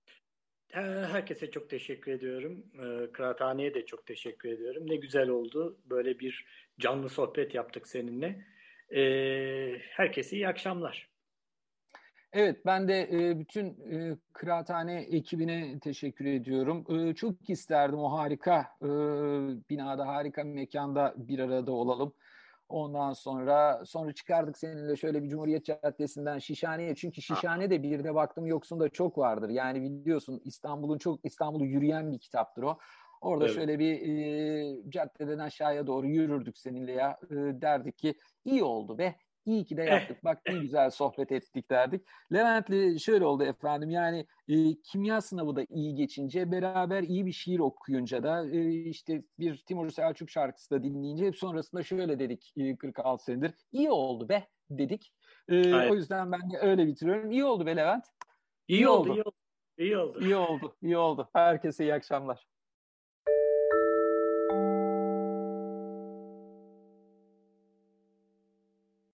Herkese çok teşekkür ediyorum. Kıraathane'ye de çok teşekkür ediyorum. Ne güzel oldu. Böyle bir canlı sohbet yaptık seninle. Herkese iyi akşamlar. Evet, ben de e, bütün e, Kıraathane ekibine teşekkür ediyorum. E, çok isterdim o harika e, binada, harika mekanda bir arada olalım. Ondan sonra sonra çıkardık seninle şöyle bir Cumhuriyet Caddesi'nden Şişhane'ye. Çünkü Şişhane'de bir de baktım Yoksun'da çok vardır. Yani biliyorsun İstanbul'un çok İstanbul'u yürüyen bir kitaptır o. Orada Evet. şöyle bir e, caddeden aşağıya doğru yürürdük seninle ya. E, derdik ki iyi oldu be. İyi ki de yaptık. Eh, Bak ne güzel sohbet ettik derdik. Levent'le şöyle oldu efendim yani e, kimya sınavı da iyi geçince beraber iyi bir şiir okuyunca da e, işte bir Timur Selçuk şarkısı da dinleyince hep sonrasında şöyle dedik e, kırk altı senedir. İyi oldu be dedik. E, Aynen. o yüzden ben de öyle bitiriyorum. İyi oldu be Levent. İyi İyi oldu, oldu. iyi oldu. İyi oldu. İyi oldu. İyi oldu. Herkese iyi akşamlar.